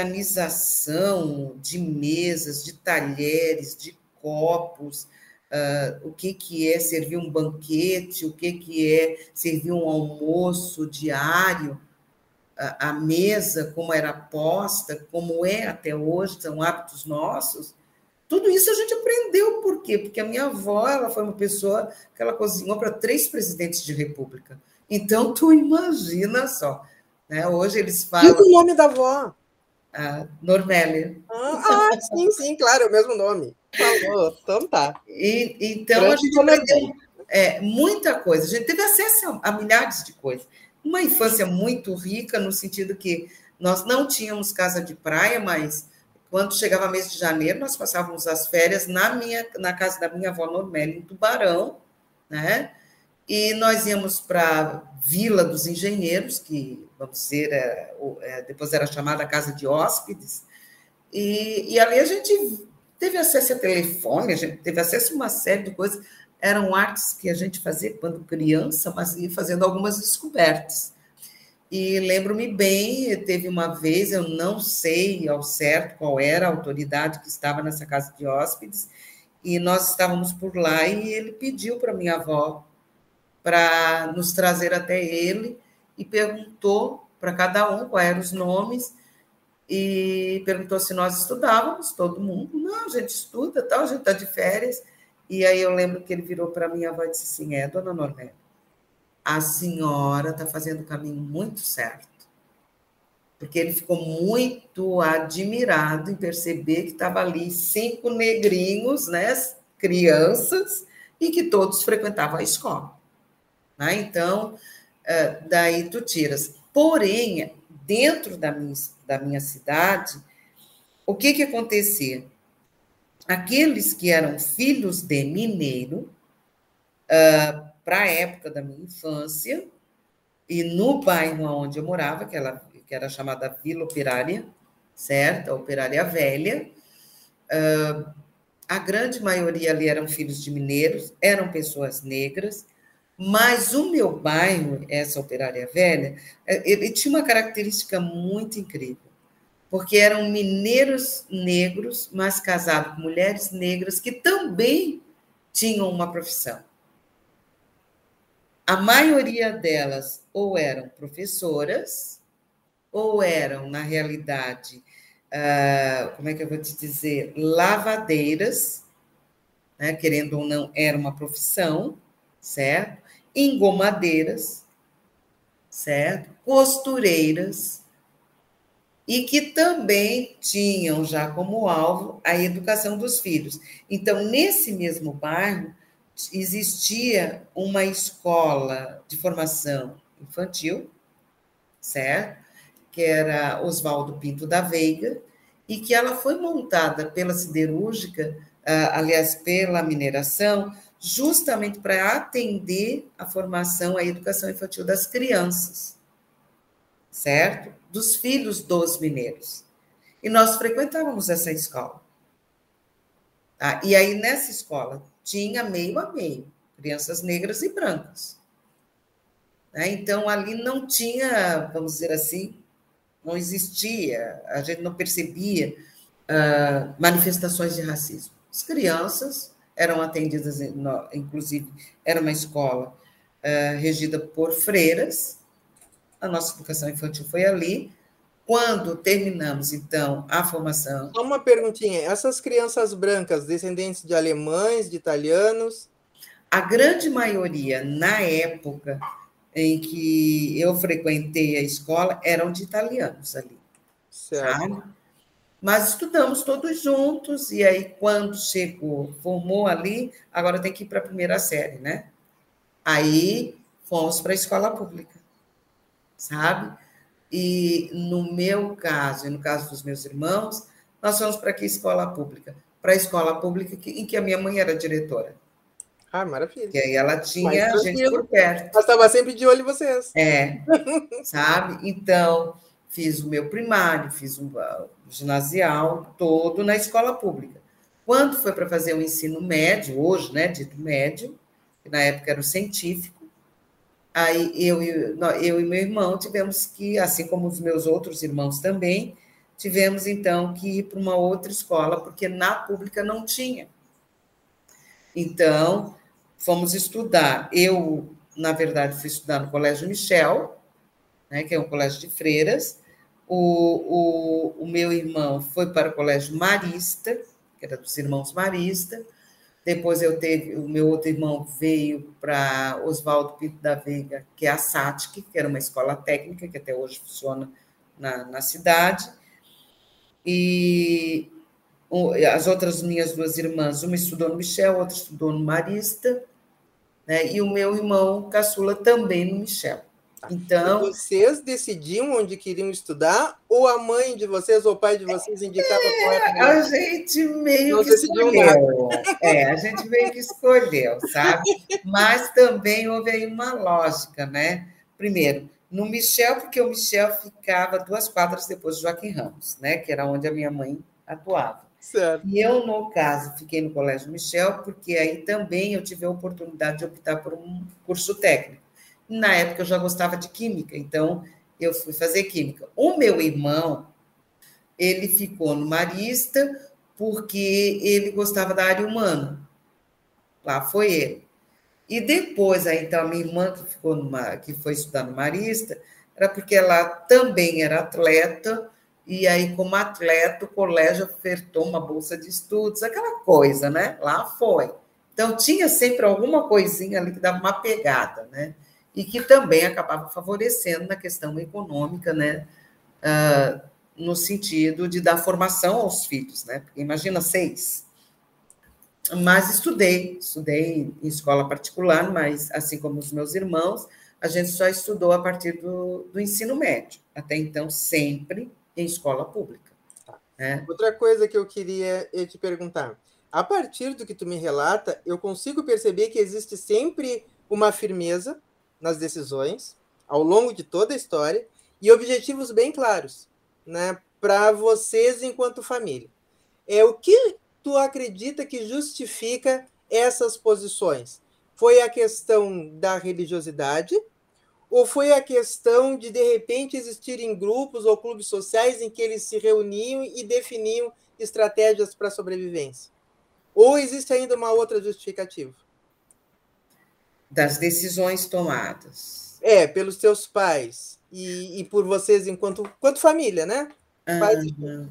organização de mesas, de talheres, de copos, uh, o que, que é servir um banquete, o que, que é servir um almoço diário, a, a mesa, como era posta, como é até hoje, são hábitos nossos. Tudo isso a gente aprendeu. Por quê? Porque a minha avó, ela foi uma pessoa que ela cozinhou para três presidentes de república. Então, tu imagina só, né? Hoje eles falam... Diz o nome da avó. A Normélia. Ah, ah, sim, sim, claro, é o mesmo nome. Falou, então tá. E, então, Grande a gente aprendeu é, muita coisa. A gente teve acesso a, a milhares de coisas. Uma infância muito rica, no sentido que nós não tínhamos casa de praia, mas quando chegava mês de janeiro, nós passávamos as férias na, minha, na casa da minha avó Normélia, em Tubarão, né? E nós íamos para a Vila dos Engenheiros, que, vamos dizer, é, é, depois era chamada Casa de Hóspedes, e, e ali a gente teve acesso a telefone, a gente teve acesso a uma série de coisas. Eram artes que a gente fazia quando criança, mas ia fazendo algumas descobertas. E lembro-me bem, teve uma vez, eu não sei ao certo qual era a autoridade que estava nessa Casa de Hóspedes, e nós estávamos por lá, e ele pediu para minha avó para nos trazer até ele, e perguntou para cada um quais eram os nomes, e perguntou se nós estudávamos, todo mundo. Não, a gente estuda, tal, a gente está de férias. E aí eu lembro que ele virou para minha avó e disse assim, é, dona Normélia, a senhora está fazendo o caminho muito certo. Porque ele ficou muito admirado em perceber que estava ali cinco negrinhos, né, crianças, e que todos frequentavam a escola. Né? Então, daí tu tiras. Porém, dentro da minha, da minha cidade, o que, que acontecia? Aqueles que eram filhos de mineiro, uh, para a época da minha infância, e no bairro onde eu morava, que, ela, que era chamada Vila Operária, certo? A Operária Velha, uh, A grande maioria ali eram filhos de mineiros, eram pessoas negras, mas o meu bairro, essa Operária Velha, ele tinha uma característica muito incrível, porque eram mineiros negros, mas casados com mulheres negras que também tinham uma profissão. A maioria delas ou eram professoras, ou eram, na realidade, uh, como é que eu vou te dizer, lavadeiras, né, querendo ou não, era uma profissão, certo? Engomadeiras, certo? Costureiras, e que também tinham já como alvo a educação dos filhos. Então, nesse mesmo bairro, existia uma escola de formação infantil, certo? Que era Oswaldo Pinto da Veiga, e que ela foi montada pela siderúrgica, aliás, pela mineração, justamente para atender a formação, a educação infantil das crianças, certo? Dos filhos dos mineiros. E nós frequentávamos essa escola. Tá? E aí, nessa escola, tinha meio a meio, crianças negras e brancas. Né? Então, ali não tinha, vamos dizer assim, não existia, a gente não percebia uh, manifestações de racismo. As crianças eram atendidas, inclusive, era uma escola uh, regida por freiras, a nossa educação infantil foi ali. Quando terminamos, então, a formação... Só uma perguntinha, essas crianças brancas, descendentes de alemães, de italianos? A grande maioria, na época em que eu frequentei a escola, eram de italianos ali, certo. Sabe? Mas estudamos todos juntos, e aí, quando chegou, formou ali, agora tem que ir para a primeira série, né? Aí, fomos para a escola pública, sabe? E no meu caso, e no caso dos meus irmãos, nós fomos para que escola pública? Para a escola pública em que a minha mãe era diretora. Ah, maravilha. E aí ela tinha a gente por perto. Ela estava sempre de olho em vocês. É, sabe? Então, fiz o meu primário, fiz o ginasial todo na escola pública. Quando foi para fazer o ensino médio, hoje, né, dito médio, que na época era o científico, aí eu, eu e meu irmão tivemos que, assim como os meus outros irmãos também, tivemos, então, que ir para uma outra escola, porque na pública não tinha. Então, fomos estudar. Eu, na verdade, fui estudar no Colégio Michel, né, que é um colégio de freiras. O, o, o meu irmão foi para o Colégio Marista, que era dos irmãos Marista. Depois eu teve, o meu outro irmão veio para Oswaldo Pinto da Veiga, que é a S A T C, que era uma escola técnica, que até hoje funciona na, na cidade. E as outras minhas duas irmãs, uma estudou no Michel, outra estudou no Marista, né? E o meu irmão caçula também no Michel. Então, e vocês decidiam onde queriam estudar, ou a mãe de vocês ou o pai de vocês indicava é, qual era a gente meio não que escolheu. É, a gente meio que escolheu, sabe? Mas também houve aí uma lógica, né? Primeiro, no Michel, porque o Michel ficava duas quadras depois de Joaquim Ramos, né? Que era onde a minha mãe atuava. Certo. E eu, no caso, fiquei no Colégio Michel, porque aí também eu tive a oportunidade de optar por um curso técnico. Na época, eu já gostava de química, então eu fui fazer química. O meu irmão, ele ficou no Marista porque ele gostava da área humana. Lá foi ele. E depois, aí, então, a minha irmã, que, ficou numa, que foi estudar no Marista, era porque ela também era atleta, e aí, como atleta, o colégio ofertou uma bolsa de estudos, aquela coisa, né? Lá foi. Então, tinha sempre alguma coisinha ali que dava uma pegada, né? E que também acabava favorecendo na questão econômica, né? Uh, no sentido de dar formação aos filhos, né? Porque imagina seis. Mas estudei, estudei em escola particular, mas assim como os meus irmãos, a gente só estudou a partir do, do ensino médio. Até então, sempre em escola pública. Né? Outra coisa que eu queria te perguntar. A partir do que tu me relata, eu consigo perceber que existe sempre uma firmeza nas decisões, ao longo de toda a história, e objetivos bem claros, né, para vocês enquanto família. É, o que tu acredita que justifica essas posições? Foi a questão da religiosidade ou foi a questão de, de repente, existirem grupos ou clubes sociais em que eles se reuniam e definiam estratégias para a sobrevivência? Ou existe ainda uma outra justificativa? Das decisões tomadas. É, pelos teus pais e, e por vocês enquanto, enquanto família, né? Pais e Uhum.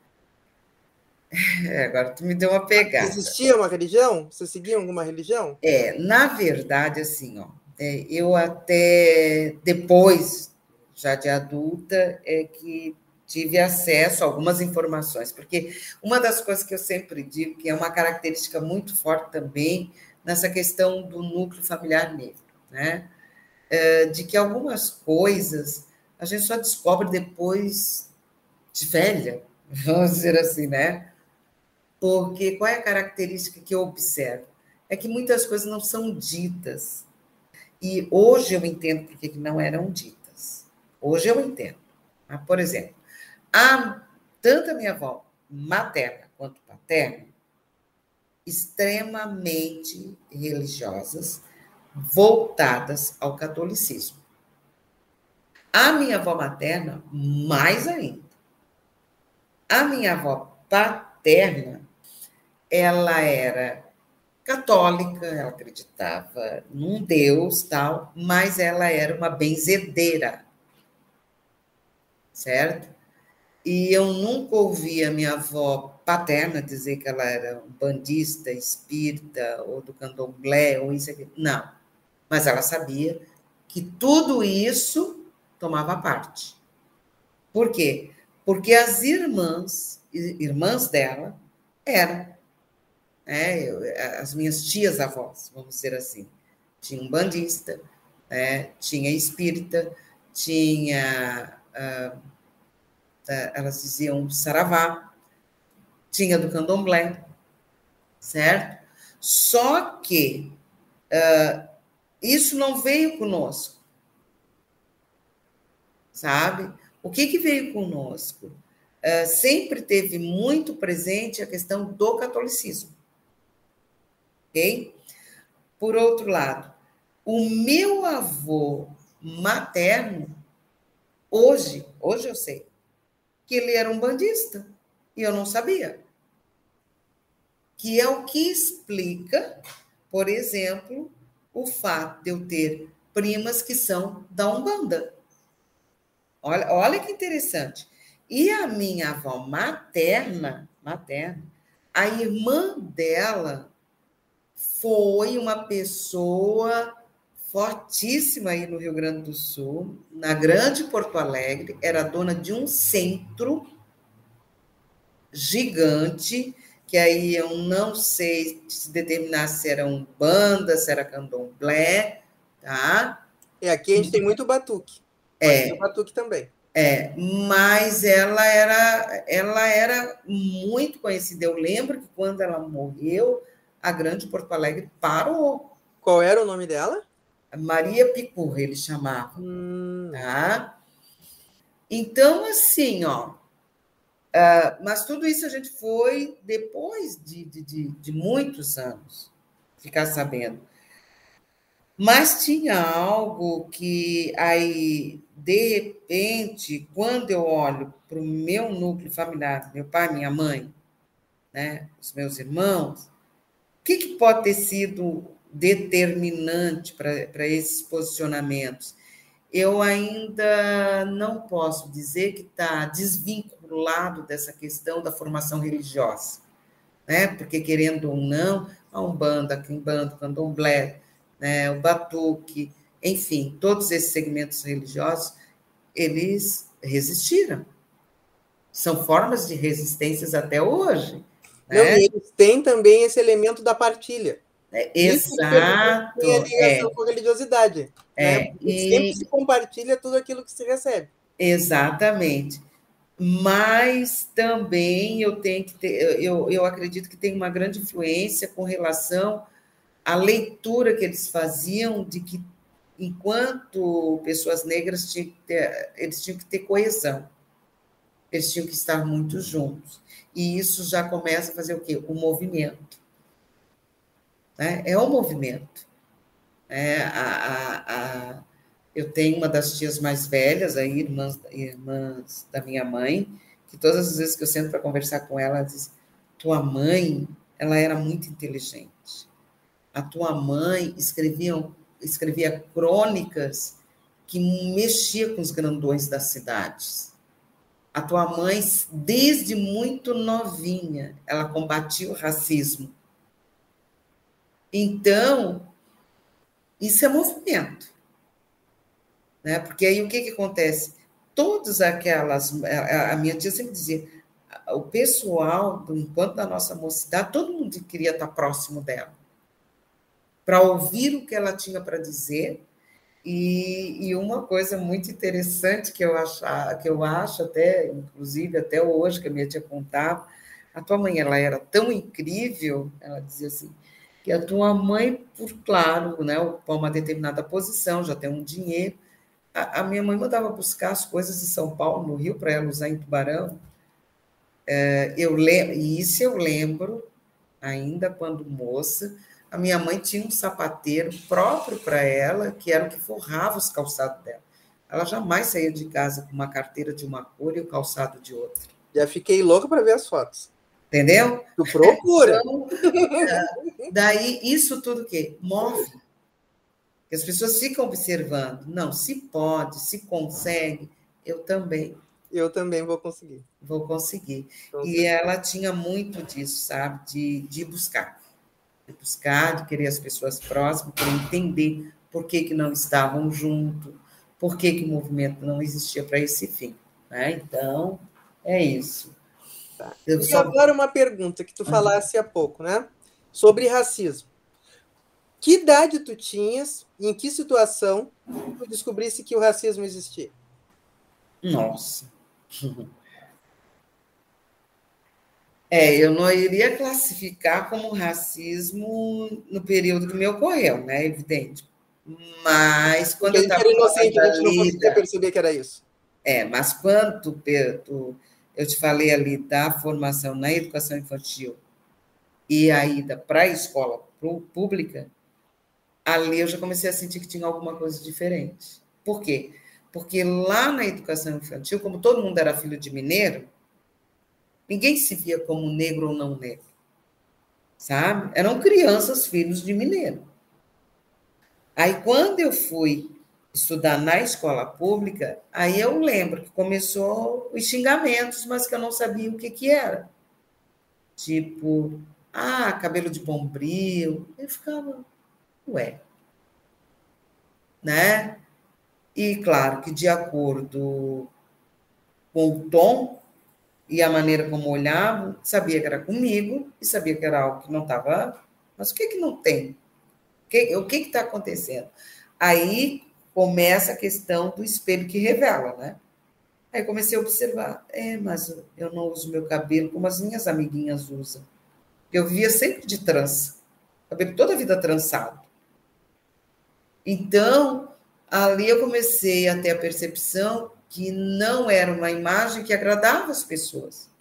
É, agora tu me deu uma pegada. Existia uma religião? Você seguia alguma religião? É, na verdade, assim, ó, é, eu até depois, já de adulta, é que tive acesso a algumas informações, porque uma das coisas que eu sempre digo, que é uma característica muito forte também, nessa questão do núcleo familiar negro, né? É, de que algumas coisas a gente só descobre depois de velha, vamos dizer assim, né? Porque qual é a característica que eu observo? É que muitas coisas não são ditas. E hoje eu entendo por que não eram ditas. Hoje eu entendo. Por exemplo, a, tanto a minha avó materna quanto paterna, extremamente religiosas, voltadas ao catolicismo. A minha avó materna, mais ainda. A minha avó paterna, ela era católica, ela acreditava num Deus, tal, mas ela era uma benzedeira, certo? E eu nunca ouvi a minha avó paterna dizer que ela era um bandista, espírita, ou do candomblé, ou isso aqui. Não. Mas ela sabia que tudo isso tomava parte. Por quê? Porque as irmãs, irmãs dela, eram. É, eu, as minhas tias-avós, vamos dizer assim, tinha um bandista, né, tinha espírita, tinha, ah, elas diziam saravá, tinha do candomblé, certo? Só que ah, isso não veio conosco, sabe? O que, que veio conosco? Uh, sempre teve muito presente a questão do catolicismo. Ok? Por outro lado, o meu avô materno, hoje, hoje eu sei, que ele era um bandista, e eu não sabia. Que é o que explica, por exemplo, o fato de eu ter primas que são da Umbanda. Olha, olha que interessante. E a minha avó materna, materna, a irmã dela foi uma pessoa fortíssima aí no Rio Grande do Sul, na Grande Porto Alegre, era dona de um centro gigante, que aí eu não sei se determinar se era Umbanda, se era Candomblé, tá? E aqui a gente tem muito batuque. É, o batuque também. É, mas ela era, ela era muito conhecida. Eu lembro que quando ela morreu, a Grande Porto Alegre parou. Qual era o nome dela? Maria Picurra, eles chamavam. Hum. Tá? Então, assim, ó. Uh, mas tudo isso a gente foi depois de, de, de, de muitos anos ficar sabendo. Mas tinha algo que aí, de repente, quando eu olho para o meu núcleo familiar, meu pai, minha mãe, né, os meus irmãos, o que, que pode ter sido determinante para esses posicionamentos? Eu ainda não posso dizer que está desvinculado dessa questão da formação religiosa, né? Porque, querendo ou não, a Umbanda, a Quimbanda, o Candomblé, né, o batuque, enfim, todos esses segmentos religiosos, eles resistiram. São formas de resistências até hoje. Não, né? E eles têm também esse elemento da partilha. É, exato. Tem a ligação é, com a religiosidade. É, né? E sempre se compartilha tudo aquilo que se recebe. Exatamente. Mas também eu tenho que ter, eu, eu acredito que tem uma grande influência com relação a leitura que eles faziam de que, enquanto pessoas negras, tinham que ter, eles tinham que ter coesão. eles tinham que estar muito juntos. E isso já começa a fazer o quê? O movimento. Né? É o movimento. É, a, a, a, eu tenho uma das tias mais velhas, aí, irmãs, irmãs da minha mãe, que todas as vezes que eu sento para conversar com ela, ela diz, tua mãe, ela era muito inteligente. A tua mãe escrevia, escrevia crônicas que mexia com os grandões das cidades. A tua mãe, desde muito novinha, ela combatia o racismo. Então, isso é movimento. Né? Porque aí o que, que acontece? Todas aquelas... A minha tia sempre dizia, o pessoal, do enquanto da nossa mocidade, todo mundo queria estar próximo dela, para ouvir o que ela tinha para dizer. E, e uma coisa muito interessante que eu, achar, que eu acho até, inclusive até hoje, que a minha tia contava, a tua mãe ela era tão incrível, ela dizia assim, que a tua mãe, por claro, né, ocupar uma determinada posição, já tem um dinheiro, a, a minha mãe mandava buscar as coisas de São Paulo, no Rio, para ela usar em Tubarão. É, eu lembro, e isso eu lembro, ainda quando moça, a minha mãe tinha um sapateiro próprio para ela, que era o que forrava os calçados dela. Ela jamais saía de casa com uma carteira de uma cor e o calçado de outra. Já fiquei louca para ver as fotos. Entendeu? Tu procura. Então, daí, isso tudo o quê? Move. As pessoas ficam observando. Não, se pode, se consegue, eu também. Eu também vou conseguir. Vou conseguir. Com e certeza. Ela tinha muito disso, sabe? De, de buscar. De buscar, de querer as pessoas próximas, para entender por que, que não estavam juntos, por que, que o movimento não existia para esse fim. Né? Então, é isso. Tá. Eu e só... agora uma pergunta que tu falasse há pouco, né? Sobre racismo. Que idade tu tinhas e em que situação tu descobrisse que o racismo existia? Nossa. É, eu não iria classificar como racismo no período que me ocorreu, né? Evidente. Mas quando Porque a eu gente estava era inocente, a gente não ali, conseguia perceber que era isso. É, mas quando tu, tu, eu te falei ali da formação na educação infantil e a ida para a escola pública, ali eu já comecei a sentir que tinha alguma coisa diferente. Por quê? Porque lá na educação infantil, como todo mundo era filho de mineiro, ninguém se via como negro ou não negro, sabe? Eram crianças, filhos de mineiro. Aí, quando eu fui estudar na escola pública, aí eu lembro que começou os xingamentos, mas que eu não sabia o que que era. Tipo, ah, cabelo de bombril. Eu ficava, ué. Né? E, claro, que de acordo com o tom e a maneira como olhava, sabia que era comigo e sabia que era algo que não estava... Mas o que que não tem? O que está acontecendo? Aí começa a questão do espelho que revela, né? Aí comecei a observar, é, mas eu não uso meu cabelo como as minhas amiguinhas usam. Eu via sempre de trança, cabelo toda a vida trançado. Então, ali eu comecei a ter a percepção que não era uma imagem que agradava as pessoas.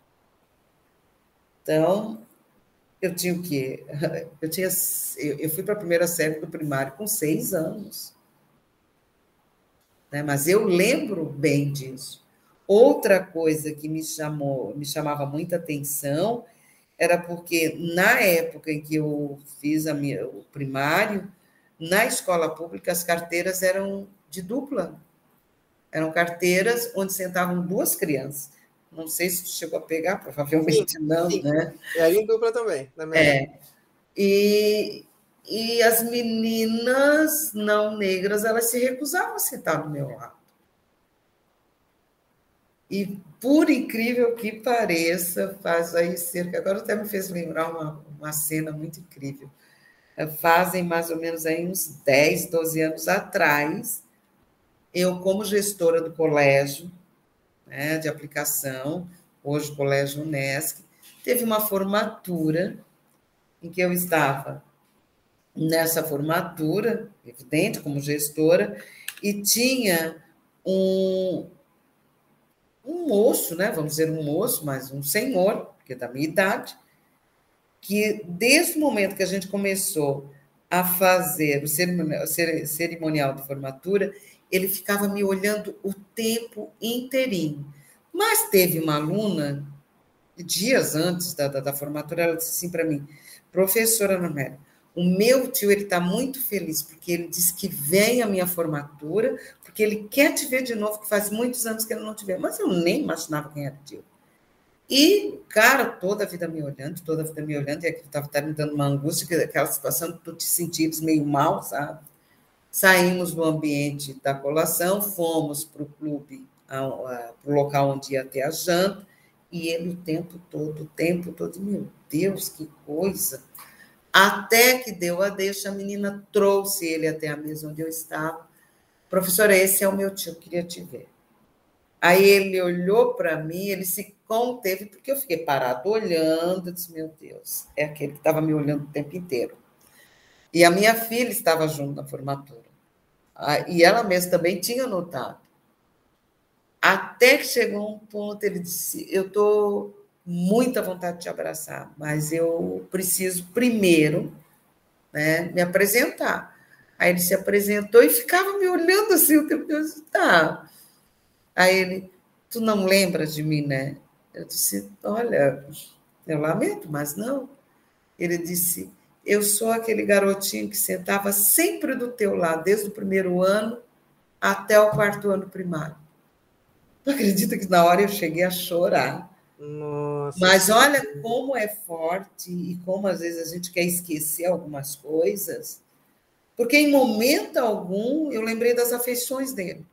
Então, eu tinha o quê? Eu, tinha, eu fui para a primeira série do primário com seis anos. Né? Mas eu lembro bem disso. Outra coisa que me chamou, me chamava muita atenção era porque, na época em que eu fiz a minha, o primário, na escola pública, as carteiras eram de dupla. Eram carteiras onde sentavam duas crianças. Não sei se chegou a pegar, provavelmente sim, não, sim. Né? Era em dupla também. Na minha é. E, e as meninas não negras, elas se recusavam a sentar do meu lado. E, por incrível que pareça, faz aí cerca... Agora até me fez lembrar uma, uma cena muito incrível. Fazem mais ou menos aí uns dez, doze anos atrás, eu, como gestora do colégio, né, de aplicação, hoje o Colégio Unesc, teve uma formatura em que eu estava nessa formatura, evidente, como gestora, e tinha um, um um moço, né? Vamos dizer um moço, mas um senhor, porque é da minha idade, que desde o momento que a gente começou a fazer o cerimonial, cerimonial de formatura, ele ficava me olhando o tempo inteirinho. Mas teve uma aluna, dias antes da, da, da formatura, ela disse assim para mim, professora Normélia, o meu tio está muito feliz, porque ele disse que vem a minha formatura, porque ele quer te ver de novo, que faz muitos anos que ele não te vê. Mas eu nem imaginava quem era o tio. E, cara, toda a vida me olhando, toda a vida me olhando, e aquilo estava tá me dando uma angústia, aquela situação de tu te sentires meio mal, sabe? Saímos do ambiente da colação, fomos para o clube, para o local onde ia ter a janta, e ele o tempo todo, o tempo todo, meu Deus, que coisa! Até que deu a deixa, a menina trouxe ele até a mesa onde eu estava. Professora, esse é o meu tio, queria te ver. Aí ele olhou para mim, ele se conteve, porque eu fiquei parado olhando, eu disse, meu Deus, é aquele que estava me olhando o tempo inteiro. E a minha filha estava junto na formatura. E ela mesma também tinha notado. Até que chegou um ponto, ele disse, eu estou muita vontade de te abraçar, mas eu preciso primeiro, né, me apresentar. Aí ele se apresentou e ficava me olhando assim o tempo todo, tá. Aí ele, tu não lembras de mim, né? Eu disse, olha, eu lamento, mas não. Ele disse, eu sou aquele garotinho que sentava sempre do teu lado, desde o primeiro ano até o quarto ano primário. Tu acredita que na hora eu cheguei a chorar? Nossa. Mas olha como é forte e como às vezes a gente quer esquecer algumas coisas, porque em momento algum eu lembrei das afeições dele.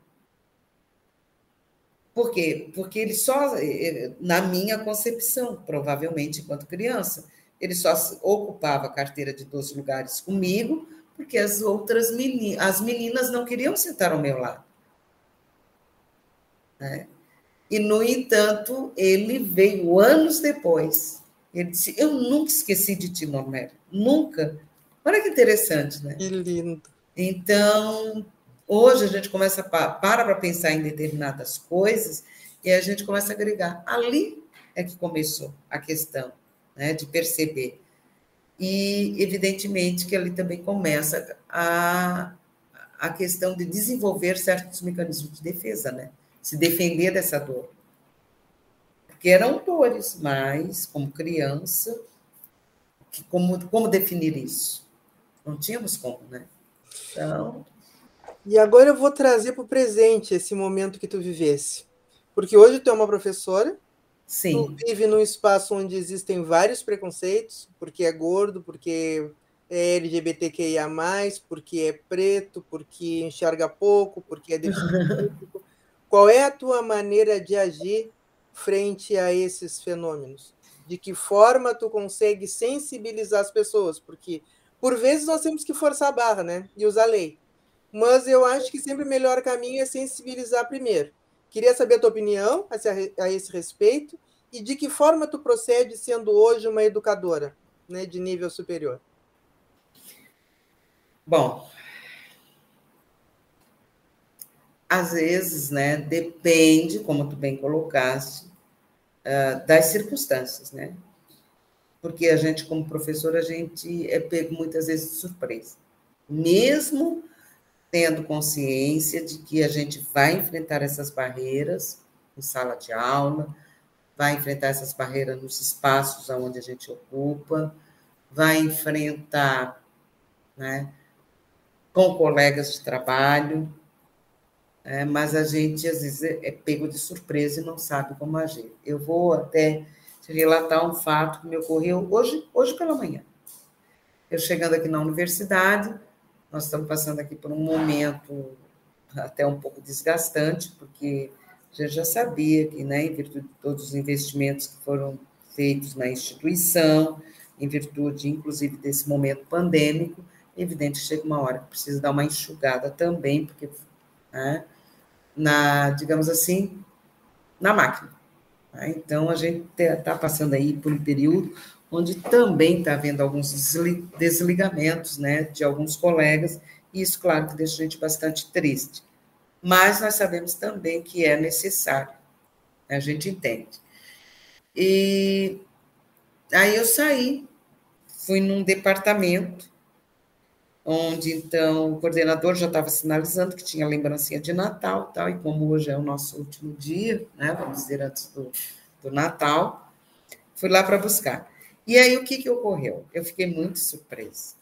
Por quê? Porque ele só, na minha concepção, provavelmente enquanto criança, ele só ocupava a carteira de doze lugares comigo, porque as outras meninas, as meninas não queriam sentar ao meu lado. Né? E, no entanto, ele veio anos depois. Ele disse, eu nunca esqueci de ti, Normélia, nunca. Olha que interessante, né? Que lindo. Então, hoje a gente começa a para para pensar em determinadas coisas e a gente começa a agregar. Ali é que começou a questão, né, de perceber. E, evidentemente, que ali também começa a, a questão de desenvolver certos mecanismos de defesa, né? Se defender dessa dor. Porque eram dores, mas, como criança, que, como, como definir isso? Não tínhamos como, né? Então... E agora eu vou trazer para o presente esse momento que tu vivesse. Porque hoje tu é uma professora, Sim. Tu vive num espaço onde existem vários preconceitos, porque é gordo, porque é L G B T Q I A mais, porque é preto, porque enxerga pouco, porque é deficiente. Qual é a tua maneira de agir frente a esses fenômenos? De que forma tu consegue sensibilizar as pessoas? Porque, por vezes, nós temos que forçar a barra, né? E usar a lei. Mas eu acho que sempre o melhor caminho é sensibilizar primeiro. Queria saber a tua opinião a esse respeito e de que forma tu procede sendo hoje uma educadora, né, de nível superior. Bom, às vezes, né, depende, como tu bem colocaste, uh, das circunstâncias, né? Porque a gente, como professor, a gente é pego muitas vezes de surpresa. Mesmo tendo consciência de que a gente vai enfrentar essas barreiras em sala de aula, vai enfrentar essas barreiras nos espaços onde a gente ocupa, vai enfrentar, né, com colegas de trabalho, é, mas a gente, às vezes, é pego de surpresa e não sabe como agir. Eu vou até te relatar um fato que me ocorreu hoje, hoje pela manhã. Eu chegando aqui na universidade, nós estamos passando aqui por um momento até um pouco desgastante, porque a gente já sabia que, né, em virtude de todos os investimentos que foram feitos na instituição, em virtude, inclusive, desse momento pandêmico, é evidente que chega uma hora que precisa dar uma enxugada também, porque, né, na, digamos assim, na máquina. Né? Então, a gente está passando aí por um período onde também está havendo alguns desligamentos, né, de alguns colegas, e isso, claro, que deixa a gente bastante triste. Mas nós sabemos também que é necessário, a gente entende. E aí eu saí, fui num departamento, onde, então, o coordenador já estava sinalizando que tinha lembrancinha de Natal, tal, e como hoje é o nosso último dia, né, vamos dizer, antes do, do Natal, fui lá para buscar. E aí, o que, que ocorreu? Eu fiquei muito surpresa,